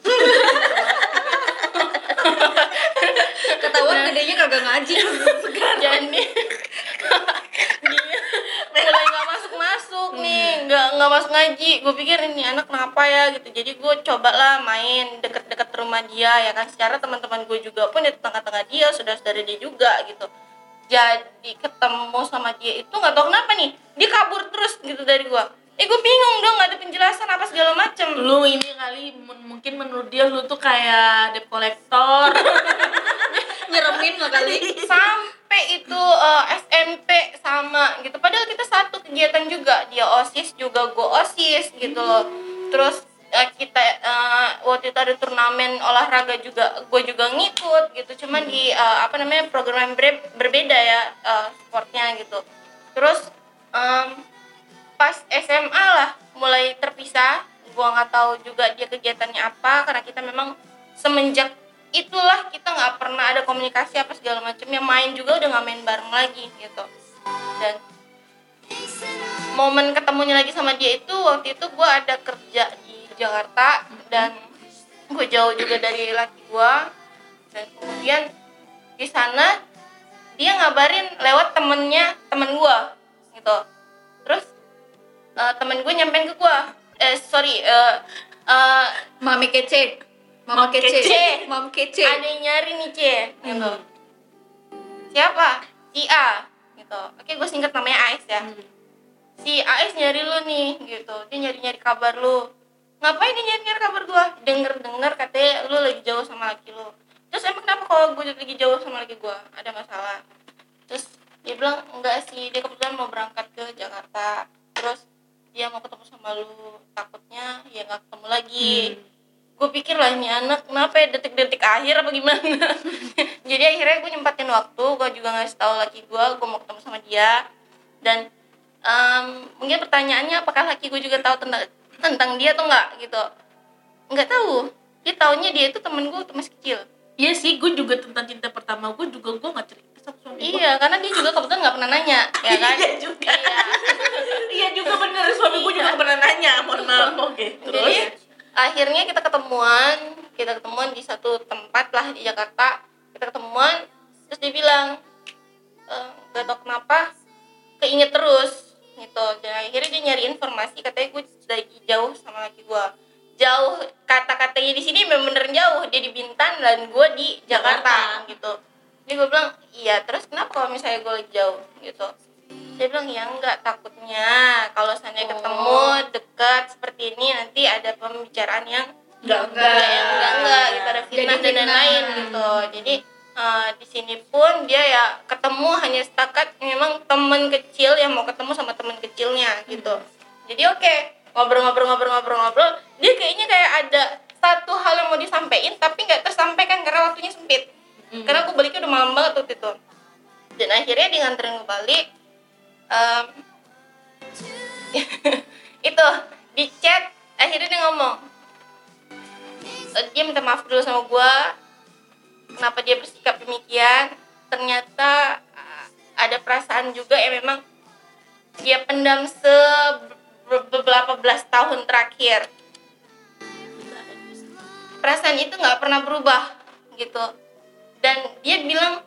Ketahuan gedenya kagak ngaji. Jadi dia mulai nggak masuk nih, nggak masuk ngaji. Gue pikir ini anak kenapa ya gitu. Jadi gue cobalah main deket-deket rumah dia ya kan. Secara teman-teman gue juga pun di tengah-tengah dia, saudara-saudara dia juga gitu. Jadi ketemu sama dia itu nggak tahu kenapa nih dia kabur terus gitu dari gue. Gue bingung dong, nggak ada penjelasan apa segala macem. Lu ini kali mungkin menurut dia lu tuh kayak debt collector. Nyeremin lo kali. Sampai itu SMP sama gitu. Padahal kita satu kegiatan juga. Dia OSIS juga gue OSIS gitu loh. Terus kita waktu itu ada turnamen olahraga juga, gue juga ngikut gitu. Cuman di program yang berbeda ya sportnya gitu. Terus pas SMA lah mulai terpisah. Gue nggak tahu juga dia kegiatannya apa, karena kita memang semenjak itulah kita nggak pernah ada komunikasi apa segala macam. Yang main juga udah nggak main bareng lagi gitu. Dan momen ketemunya lagi sama dia itu waktu itu gue ada kerja di Jakarta dan gue jauh juga dari laki gue. Dan kemudian di sana dia ngabarin lewat temen gue gitu. Terus temen gue nyampein ke gue, Mami kece, Mama kece, Mam kece. Ada yang nyari nih gitu. Siapa? Si A gitu. Oke, gue singkat namanya AS ya. Si AS nyari lu nih gitu. Dia nyari kabar lu. Ngapain dia nyari kabar gue? Denger katanya lu lagi jauh sama laki lu. Terus emang kenapa kalau gue lagi jauh sama laki gue? Ada masalah? Terus dia bilang enggak sih, dia kebetulan mau berangkat ke Jakarta. Terus dia mau ketemu sama lu, takutnya ya nggak ketemu lagi. Gue pikir lah ini anak kenapa ya detik-detik akhir apa gimana. Jadi akhirnya gue nyempatin waktu, gue juga ngasih tahu laki gue mau ketemu sama dia. Dan mungkin pertanyaannya apakah laki gue juga tahu tentang dia atau enggak gitu. Nggak tahu, dia taunya dia itu temen gue waktu masih kecil. Iya sih, gue juga tentang cinta pertama gue nggak cerita sama suami gue. Iya, karena dia juga kebetulan nggak pernah nanya, ya kan? Iya juga. Iya juga bener, suami gue juga pernah nanya. Mohon maaf, oke. Terus jadi akhirnya kita ketemuan di satu tempat lah di Jakarta. Kita ketemuan, terus dia bilang gak tau kenapa keinget terus gitu. Dan akhirnya dia nyari informasi, katanya gue lagi jauh sama laki gue. Jauh, kata-katanya di sini bener-bener jauh. Dia di Bintan dan gue di Jakarta gitu. Jadi gue bilang iya, terus kenapa kalau misalnya gue lagi jauh gitu. Dia bilang ya enggak, takutnya kalau seandainya ketemu dekat seperti ini nanti ada pembicaraan yang enggak gitu, ada fitnah dan lain-lain gitu. Jadi di sini pun dia ya ketemu hanya setakat memang teman kecil yang mau ketemu sama teman kecilnya gitu. Jadi oke, ngobrol, dia kayaknya kayak ada satu hal yang mau disampaikan tapi nggak tersampaikan karena waktunya sempit. Karena aku baliknya udah malam banget waktu itu. Dan akhirnya dia nganterin gue balik. Itu di chat akhirnya dia ngomong, dia minta maaf dulu sama gue kenapa dia bersikap demikian. Ternyata ada perasaan juga yang memang dia pendam beberapa belas tahun terakhir. Perasaan itu nggak pernah berubah gitu. Dan dia bilang,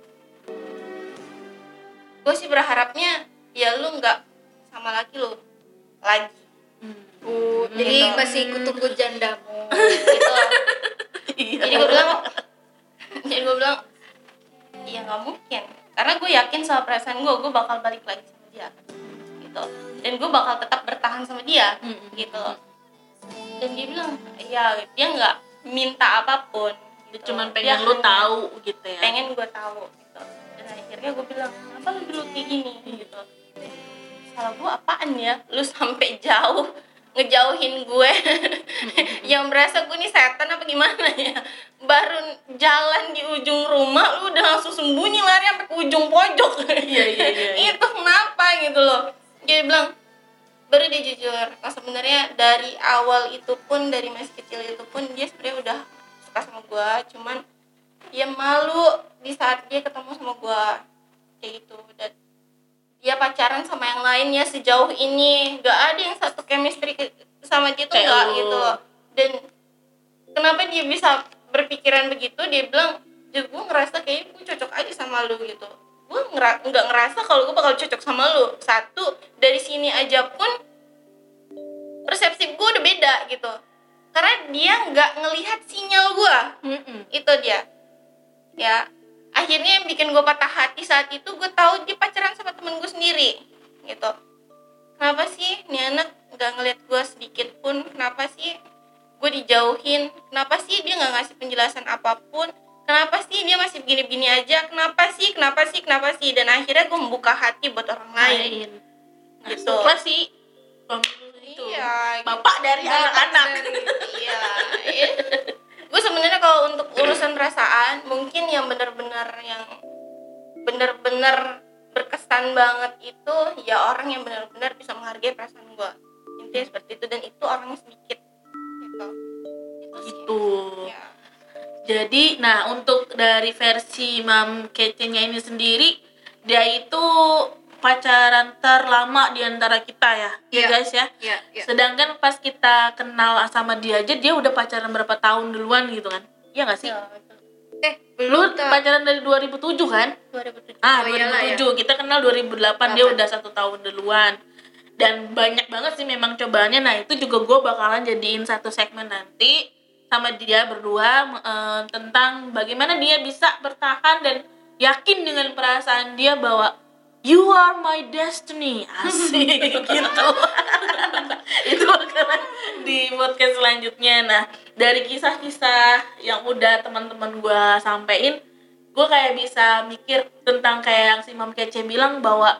gue sih berharapnya ya lu nggak sama laki lu lagi. Jadi gitu. Masih tunggu jandamu gitu. Jadi gue bilang ya nggak mungkin, karena gue yakin sama perasaan gue bakal balik lagi sama dia gitu, dan gue bakal tetap bertahan sama dia gitu. Dan dia bilang ya dia nggak minta apapun gitu. Cuman pengen lu tahu gitu ya, pengen gue tahu gitu. Dan akhirnya gue bilang, kenapa lu dulu kayak gini gitu, salah gue apaan ya lu sampai jauh ngejauhin gue yang berasa gue nih setan apa gimana ya, baru jalan di ujung rumah lu udah langsung sembunyi lari sampai ke ujung pojok. Iya. Itu kenapa gitu loh. Dia bilang baru dia jujur, nah sebenarnya dari awal itu pun, dari masih kecil itu pun dia sebenarnya udah suka sama gue, cuman dia malu di saat dia ketemu sama gue kayak gitu. Dan dia pacaran sama yang lainnya sejauh ini, gak ada yang satu chemistry sama dia tuh gak gitu. Dan kenapa dia bisa berpikiran begitu, dia bilang, ya gue ngerasa kayaknya gue cocok aja sama lu gitu. Gue gak ngerasa kalau gue bakal cocok sama lu. Satu, dari sini aja pun persepsi gue udah beda gitu, karena dia gak ngelihat sinyal gue. Itu dia ya. Akhirnya yang bikin gue patah hati saat itu, gue tahu dia pacaran sama temen gue sendiri gitu. Kenapa sih nih anak gak ngeliat gue sedikit pun? Kenapa sih gue dijauhin? Kenapa sih dia gak ngasih penjelasan apapun? Kenapa sih dia masih begini-begini aja? Kenapa sih? Dan akhirnya gue membuka hati buat orang lain gitu. Suka sih itu. Iya, bapak gitu. Dari anak-anak. Iya. Gue sebenarnya kalau untuk urusan perasaan, mungkin yang benar-benar berkesan banget itu ya orang yang benar-benar bisa menghargai perasaan gue. Intinya seperti itu, dan itu orangnya sedikit gitu. Itu. Ya. Jadi, nah untuk dari versi Mam Kece-nya ini sendiri, dia itu pacaran terlama di antara kita ya, guys ya. Sedangkan pas kita kenal sama dia aja, dia udah pacaran berapa tahun duluan gitu kan? Iya nggak sih? Lu pacaran dari 2007 kan? 2007. 2007. Ya. Kita kenal 2008, dia udah 1 tahun duluan. Dan banyak banget sih memang cobaannya. Nah itu juga gue bakalan jadiin satu segmen nanti sama dia berdua tentang bagaimana dia bisa bertahan dan yakin dengan perasaan dia bahwa you are my destiny, asik gitu. Itu bakalan di podcast selanjutnya. Nah dari kisah-kisah yang udah teman-teman gue sampein, gue kayak bisa mikir tentang kayak yang si Mam Kece bilang bahwa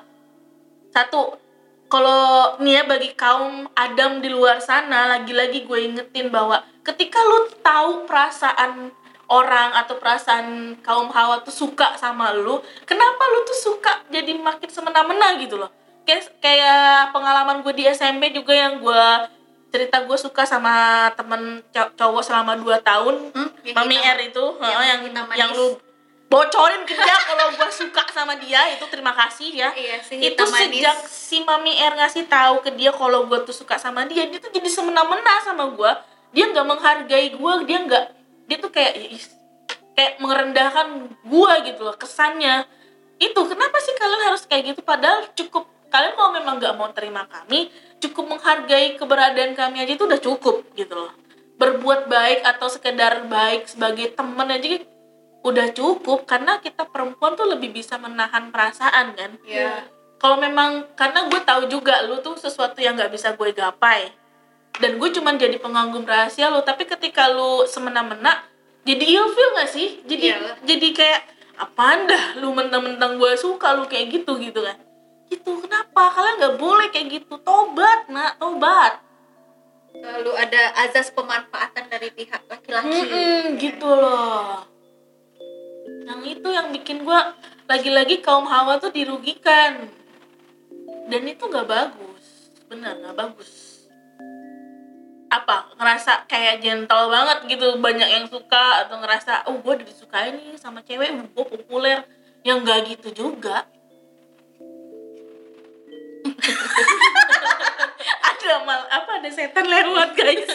satu, kalau nih ya bagi kaum Adam di luar sana, lagi-lagi gue ingetin bahwa ketika lu tahu perasaan orang atau perasaan kaum Hawa tuh suka sama lu, kenapa lu tuh suka jadi makin semena-mena gitu loh. Kayak pengalaman gue di SMP juga, yang gue cerita gue suka sama temen cowok selama 2 tahun, Mami R itu, yang lu bocorin ke dia kalau gue suka sama dia, itu terima kasih ya. Iya, itu sejak si Mami R ngasih tahu ke dia kalau gue tuh suka sama dia tuh jadi semena-mena sama gue. Dia nggak menghargai gue, dia tuh kayak merendahkan gue gitu loh kesannya. Itu kenapa sih kalian harus kayak gitu? Padahal cukup kalian kalau memang nggak mau terima kami, cukup menghargai keberadaan kami aja itu udah cukup gitu loh. Berbuat baik atau sekedar baik sebagai teman aja udah cukup, karena kita perempuan tuh lebih bisa menahan perasaan kan. Iya. Kalau memang, karena gue tahu juga lu tuh sesuatu yang nggak bisa gue gapai, dan gue cuman jadi pengagum rahasia lu. Tapi ketika lu semena-mena, jadi ilfeel nggak sih? Jadi kayak apaan dah lu mentang-mentang gue suka lu kayak gitu kan? Gitu. Kenapa kalian nggak boleh kayak gitu? Tobat nak, tobat. Lalu ada azas pemanfaatan dari pihak laki-laki. Gitu loh. Yang itu yang bikin gue lagi-lagi kaum hawa tuh dirugikan. Dan itu gak bagus. Benar gak bagus. Apa? Ngerasa kayak gentle banget gitu, banyak yang suka. Atau ngerasa, gue udah disukai nih sama cewek, gue populer. Yang gak gitu juga. Ada setan lewat guys.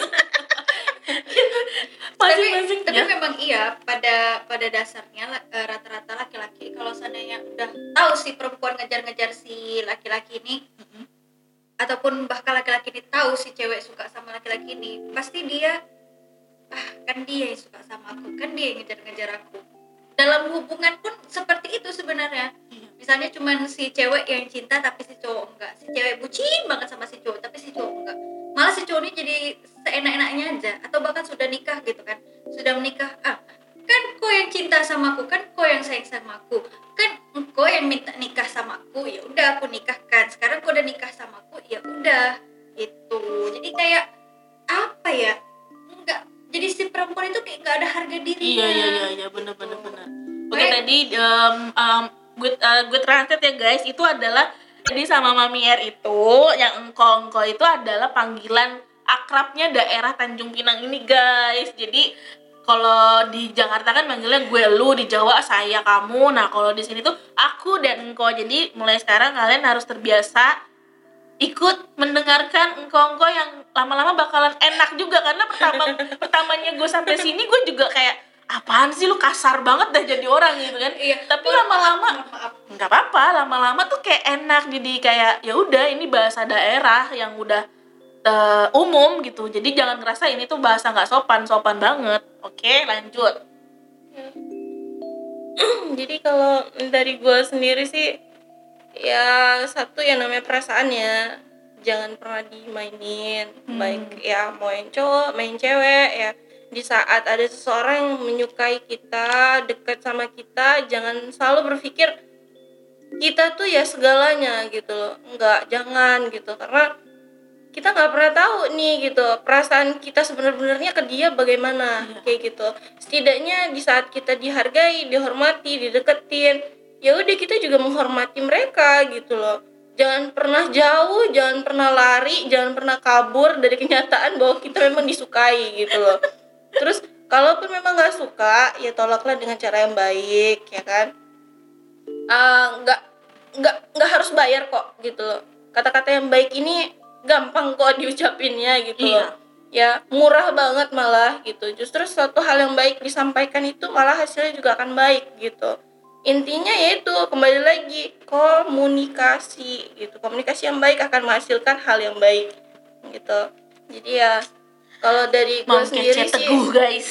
Masing-masing tapi memang iya pada dasarnya rata-rata laki-laki kalau seandainya udah tahu si perempuan ngejar-ngejar si laki-laki ini, ataupun bahkan laki-laki ini tahu si cewek suka sama laki-laki ini, pasti dia kan dia yang suka sama aku, kan dia yang ngejar-ngejar aku. Dalam hubungan pun seperti itu sebenarnya. Misalnya cuman si cewek yang cinta tapi si cowok enggak, si cewek bucin banget sama si cowok tapi si cowok enggak, malah si cowok ini jadi seenak-enaknya aja, atau bahkan sudah nikah gitu kan, sudah menikah, kan kau yang cinta sama aku, kan kau yang sayang sama aku, kan kau yang minta nikah sama aku, ya udah aku nikahkan, sekarang kau udah nikah sama aku, ya udah gitu. Jadi kayak apa ya, enggak, jadi si perempuan itu kayak nggak ada harga dirinya. Iya benar. Oke, tadi gue translate ya guys, itu adalah jadi sama Mami R itu yang engko itu adalah panggilan akrabnya daerah Tanjung Pinang ini guys. Jadi kalau di Jakarta kan manggilnya gue lu, di Jawa saya kamu. Nah kalau di sini tuh aku dan engko. Jadi mulai sekarang kalian harus terbiasa ikut mendengarkan engko yang lama-lama bakalan enak juga, karena pertamanya gue sampai sini gue juga kayak apaan sih lu kasar banget dah jadi orang gitu kan. Iya, tapi lama-lama nggak apa-apa, lama-lama tuh kayak enak, jadi kayak ya udah ini bahasa daerah yang udah umum gitu, jadi jangan ngerasa ini tuh bahasa nggak sopan banget. Oke, lanjut. Jadi kalau dari gue sendiri sih, ya satu yang namanya perasaannya jangan pernah dimainin. Baik ya mau yang cowok main cewek ya, di saat ada seseorang yang menyukai kita, dekat sama kita, jangan selalu berpikir kita tuh ya segalanya gitu loh. Jangan gitu, karena kita nggak pernah tahu nih gitu perasaan kita sebenarnya ke dia bagaimana. Kayak gitu. Setidaknya di saat kita dihargai, dihormati, dideketin, ya udah kita juga menghormati mereka gitu loh. Jangan pernah jauh, jangan pernah lari, jangan pernah kabur dari kenyataan bahwa kita memang disukai gitu loh. Terus kalaupun memang nggak suka, ya tolaklah dengan cara yang baik, ya kan. Nggak harus bayar kok gitu loh. Kata-kata yang baik ini gampang kok diucapinnya gitu loh. Ya murah banget malah gitu. Justru suatu hal yang baik disampaikan itu malah hasilnya juga akan baik gitu. Intinya yaitu kembali lagi komunikasi gitu. Komunikasi yang baik akan menghasilkan hal yang baik gitu. Jadi ya kalau dari gue sendiri sih teguh guys.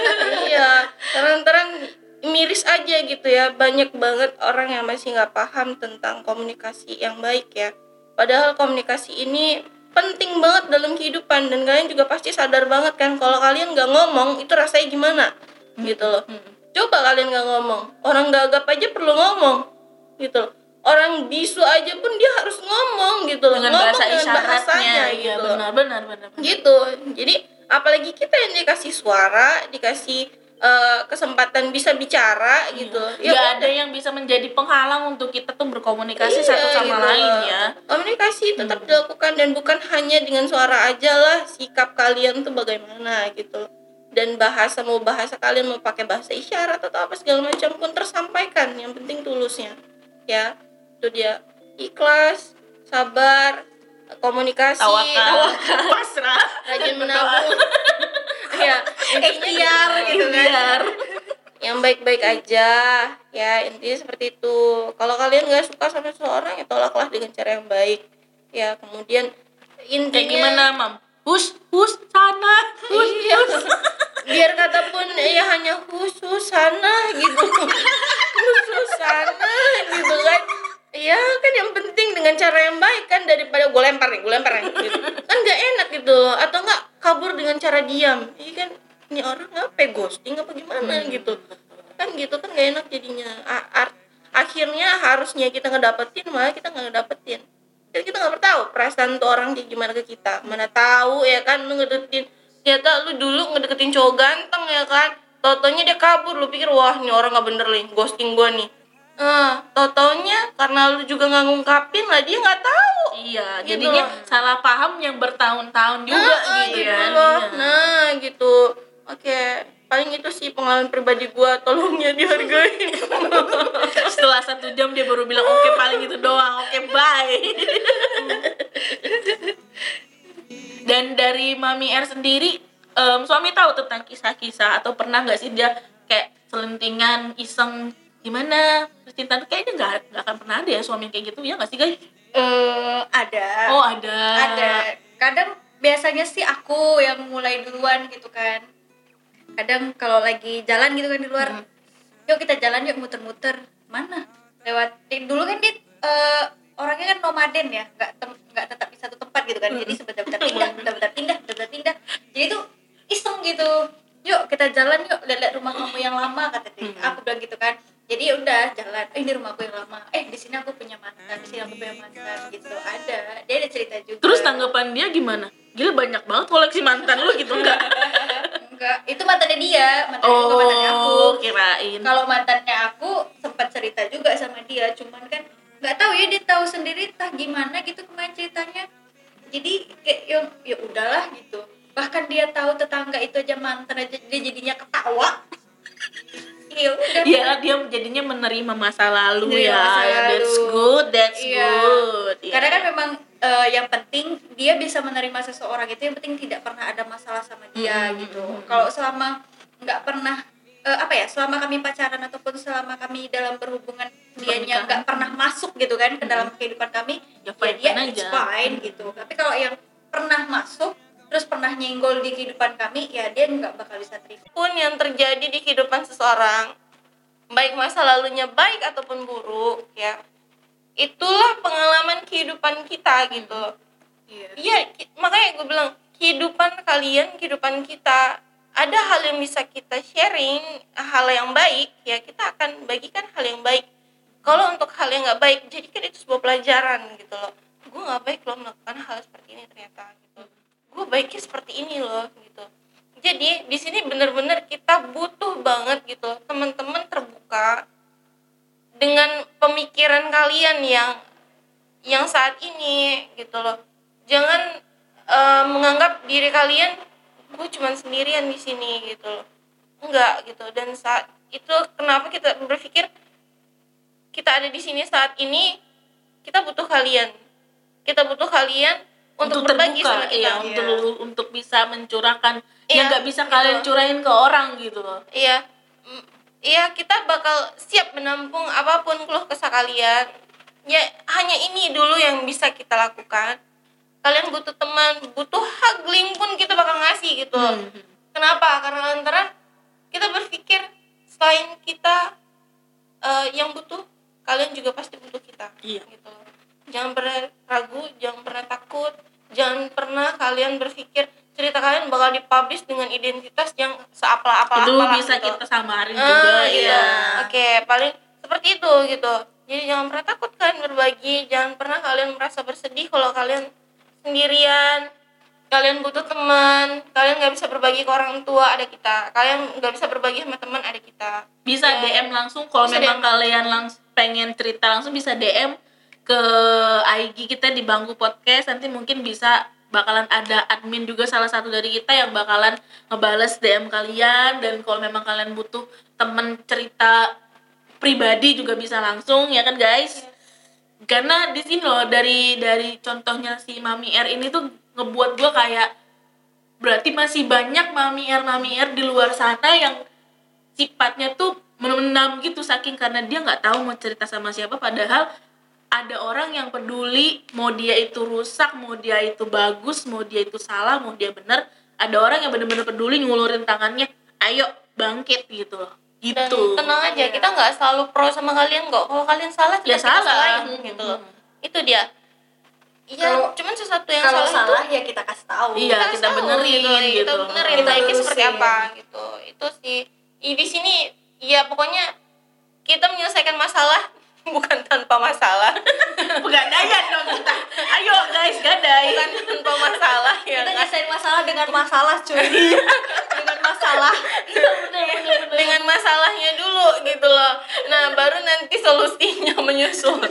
iya, terang-terang miris aja gitu ya. Banyak banget orang yang masih nggak paham tentang komunikasi yang baik ya. Padahal komunikasi ini penting banget dalam kehidupan, dan kalian juga pasti sadar banget kan kalau kalian nggak ngomong itu rasanya gimana gitu loh. Coba kalian nggak ngomong, orang gagap aja perlu ngomong gitu loh. Orang bisu aja pun dia harus ngomong gitu loh, dengan ngomong bahasa dengan bahasanya ya, gitu. Benar. Gitu. Jadi apalagi kita yang dikasih suara, dikasih kesempatan bisa bicara gitu. Ya gak ada yang bisa menjadi penghalang untuk kita tuh berkomunikasi satu sama gitu lain ya. Komunikasi tetap dilakukan, dan bukan hanya dengan suara aja lah, sikap kalian tuh bagaimana gitu. Dan bahasa, mau bahasa kalian mau pakai bahasa isyarat atau apa segala macam pun tersampaikan, yang penting tulusnya. Ya, itu dia. Ikhlas, sabar, komunikasi, tawakal, pasrah, rajin menabung. Ya, ikhtiar gitu kan. Yang baik-baik aja ya, intinya seperti itu. Kalau kalian nggak suka sama seseorang ya tolaklah dengan cara yang baik ya. Kemudian intinya kayak gimana mam? Hus sana, hus. Biar kata pun ya hanya hus sana gitu. Hus sana gitu kan. Ya kan yang penting dengan cara yang baik kan, daripada gue lempar nih gitu. Kan nggak enak gitu. Atau nggak kabur dengan cara diam. Iya kan, ini orang ngapain ghosting apa gimana gitu kan, gitu kan nggak enak jadinya. Akhirnya harusnya kita ngedapetin, malah kita nggak ngedapetin. Jadi kita nggak tahu perasaan tuh orang kayak gimana ke kita. Mana tahu ya kan, lu ngedeketin, ternyata lu dulu ngedeketin cowok ganteng ya kan, Tau-taunya dia kabur, lu pikir wah nih orang nggak bener nih, ghosting gue nih. Tau-taunya karena lu juga nggak ngungkapin lah, dia nggak tahu. Iya, Gitu jadinya loh. salah paham yang bertahun-tahun juga gitu Gitu kan. loh. Iya. Nah gitu. Oke, paling itu sih pengalaman pribadi gue, tolong ya dihargai. Setelah 1 jam dia baru bilang oke, paling itu doang, oke bye. Dan dari Mami R sendiri, suami tahu tentang kisah-kisah atau pernah nggak sih dia kayak selentingan iseng gimana percintaan? Kayaknya nggak akan pernah ada ya suami kayak gitu, ya nggak sih guys? Ada. Oh ada. Kadang biasanya sih aku yang mulai duluan gitu kan. Kadang kalau lagi jalan gitu kan di luar, yuk kita jalan yuk muter-muter. Mana? Lewat dulu kan dia orangnya kan nomaden ya, nggak tetap di satu tempat gitu kan. Jadi sebentar-bentar pindah. Jadi tuh iseng gitu. Yuk kita jalan yuk, lihat rumah kamu yang lama kata dia. Aku bilang gitu kan. Jadi ya udah jalan. Ini rumahku yang lama. Di sini aku punya mantan, di sini aku punya mantan gitu. Ada. Dia ada cerita juga. Terus tanggapan dia gimana? Gila banyak banget koleksi mantan lu gitu enggak? Enggak, itu mantannya dia, bukan mantannya aku. Kirain. Kalau mantannya aku sempat cerita juga sama dia, cuman kan nggak tahu ya, dia tahu sendiri entah gimana gitu kemarin ceritanya. Jadi kayak ya udahlah gitu. Bahkan dia tahu tetangga itu aja mantan aja, dia jadinya ketawa. Ya udah. Iya, dia jadinya menerima masa lalu Menerima ya. masa lalu. That's good. Iya. Karena kan memang yang penting dia bisa menerima seseorang itu, yang penting tidak pernah ada masalah sama dia gitu. Kalau selama nggak pernah selama kami pacaran ataupun selama kami dalam berhubungan dianya nggak pernah masuk gitu kan ke dalam kehidupan kami, Ya, dia fine it's aja. fine gitu. Tapi kalau yang pernah masuk terus pernah nyenggol di kehidupan kami, ya dia nggak bakal bisa terima. Pun yang terjadi di kehidupan seseorang, baik masa lalunya baik ataupun buruk ya, itulah pengalaman kehidupan kita gitu. Iya, makanya gue bilang kehidupan kalian, kehidupan kita, ada hal yang bisa kita sharing, hal yang baik ya kita akan bagikan hal yang baik. Kalau untuk hal yang nggak baik, jadikan itu sebuah pelajaran gitu loh. Gue nggak baik loh melakukan hal seperti ini ternyata gitu. Gue baiknya seperti ini loh gitu. Jadi di sini benar-benar kita butuh banget gitu teman-teman terbuka dengan pemikiran kalian yang saat ini gitu loh. Jangan menganggap diri kalian gue cuma sendirian di sini gitu loh. Enggak gitu. Dan saat itu kenapa kita berpikir kita ada di sini saat ini, kita butuh kalian. Kita butuh kalian untuk berbagi terbuka, sama kita. Untuk bisa mencurahkan Iya, yang nggak bisa gitu. kalian curahin ke orang gitu loh. Iya, kita bakal siap menampung apapun keluh kesah kalian. Ya, hanya ini dulu yang bisa kita lakukan. Kalian butuh teman, butuh haggling pun kita bakal ngasih gitu loh. Kenapa? Karena lantaran kita berpikir selain kita yang butuh, kalian juga pasti butuh kita. Iya. Gitu loh. Jangan pernah ragu, jangan pernah takut, jangan pernah kalian berpikir cerita kalian bakal dipublish dengan identitas yang seapalah-apalah. Itu bisa gitu. kita samarin juga. Iya. Oke, paling seperti itu gitu. Jadi jangan pernah takut kalian berbagi, jangan pernah kalian merasa bersedih kalau kalian sendirian, kalian butuh teman, kalian nggak bisa berbagi ke orang tua, ada kita. Kalian nggak bisa berbagi sama teman, ada kita. Bisa Ya. DM langsung kalau Bisa memang DM. kalian pengen cerita langsung, bisa DM ke IG kita di Bangku Podcast. Nanti mungkin bakalan ada admin juga salah satu dari kita yang bakalan ngebales DM kalian. Dan kalau memang kalian butuh temen cerita pribadi juga bisa langsung, ya kan guys? Karena di sini loh, dari contohnya si Mami R ini tuh ngebuat gue kayak berarti masih banyak Mami R di luar sana yang sifatnya tuh menendam gitu, saking karena dia nggak tahu mau cerita sama siapa, padahal ada orang yang peduli, mau dia itu rusak, mau dia itu bagus, mau dia itu salah, mau dia benar, ada orang yang benar-benar peduli ngulurin tangannya, ayo bangkit gitu loh. Gitu. Dan tenang aja, kita nggak selalu pro sama kalian kok. Kalau kalian salah, Ya kita salah. salahin gitu loh. Itu dia. Iya, cuman sesuatu yang Kalau salah ya kita kasih tahu. Iya, kita tahu benerin gitu. Kita benerin Kita baiknya lurusin. seperti apa gitu. Itu sih. Di sini ya pokoknya kita menyelesaikan masalah bukan tanpa masalah. Pegadaian dong kita. Ayo guys, gadai. Bukan tanpa masalah ya. Kita nyelesain masalah dengan masalah, cuy. Dengan masalah. Bener-bener. dengan masalahnya dulu gitu loh. Nah, baru nanti solusinya menyusul.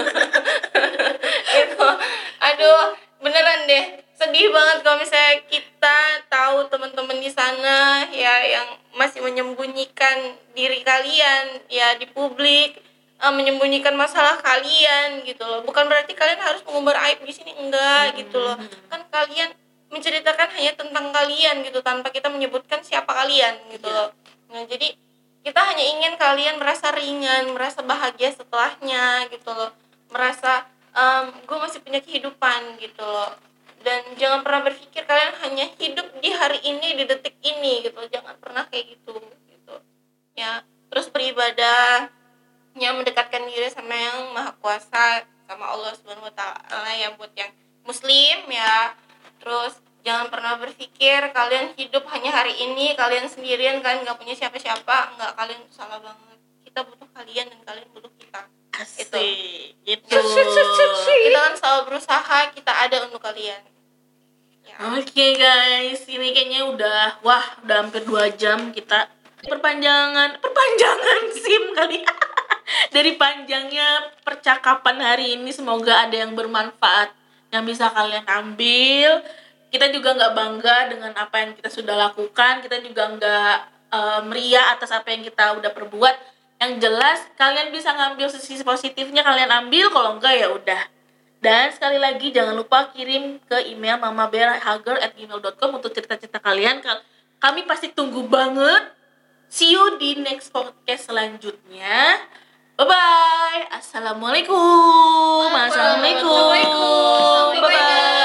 Gitu. Aduh, beneran deh. Sedih banget kalau misalnya kita tahu teman-teman di sana ya yang masih menyembunyikan diri kalian ya di publik, menyembunyikan masalah kalian gitu loh. Bukan berarti kalian harus mengumbar aib di sini, enggak gitu loh. Kan kalian menceritakan hanya tentang kalian gitu tanpa kita menyebutkan siapa kalian gitu loh. Nah, jadi kita hanya ingin kalian merasa ringan, merasa bahagia setelahnya gitu loh. Merasa gue masih punya kehidupan gitu loh. Dan jangan pernah berpikir kalian hanya hidup di hari ini, di detik ini gitu. Jangan pernah kayak gitu gitu. Ya, terus beribadah yang mendekatkan diri sama yang Maha Kuasa, sama Allah Subhanahu wa taala ya buat yang muslim ya. Terus jangan pernah berpikir kalian hidup hanya hari ini, kalian sendirian, kalian gak punya siapa-siapa. Enggak, kalian salah banget. Kita butuh kalian dan kalian butuh kita. Asik, gitu. Kita kan selalu berusaha, kita ada untuk kalian ya. Oke guys, ini kayaknya udah hampir 2 jam kita perpanjangan SIM kali. Dari panjangnya percakapan hari ini, semoga ada yang bermanfaat yang bisa kalian ambil. Kita juga nggak bangga dengan apa yang kita sudah lakukan, kita juga nggak meriah atas apa yang kita udah perbuat. Yang jelas kalian bisa ngambil sisi positifnya, kalian ambil, kalau enggak ya udah. Dan sekali lagi jangan lupa kirim ke email mamabearhager@gmail.com untuk cerita-cerita kalian. Kami pasti tunggu banget. See you di next podcast selanjutnya. Bye-bye. Assalamualaikum. Bye-bye.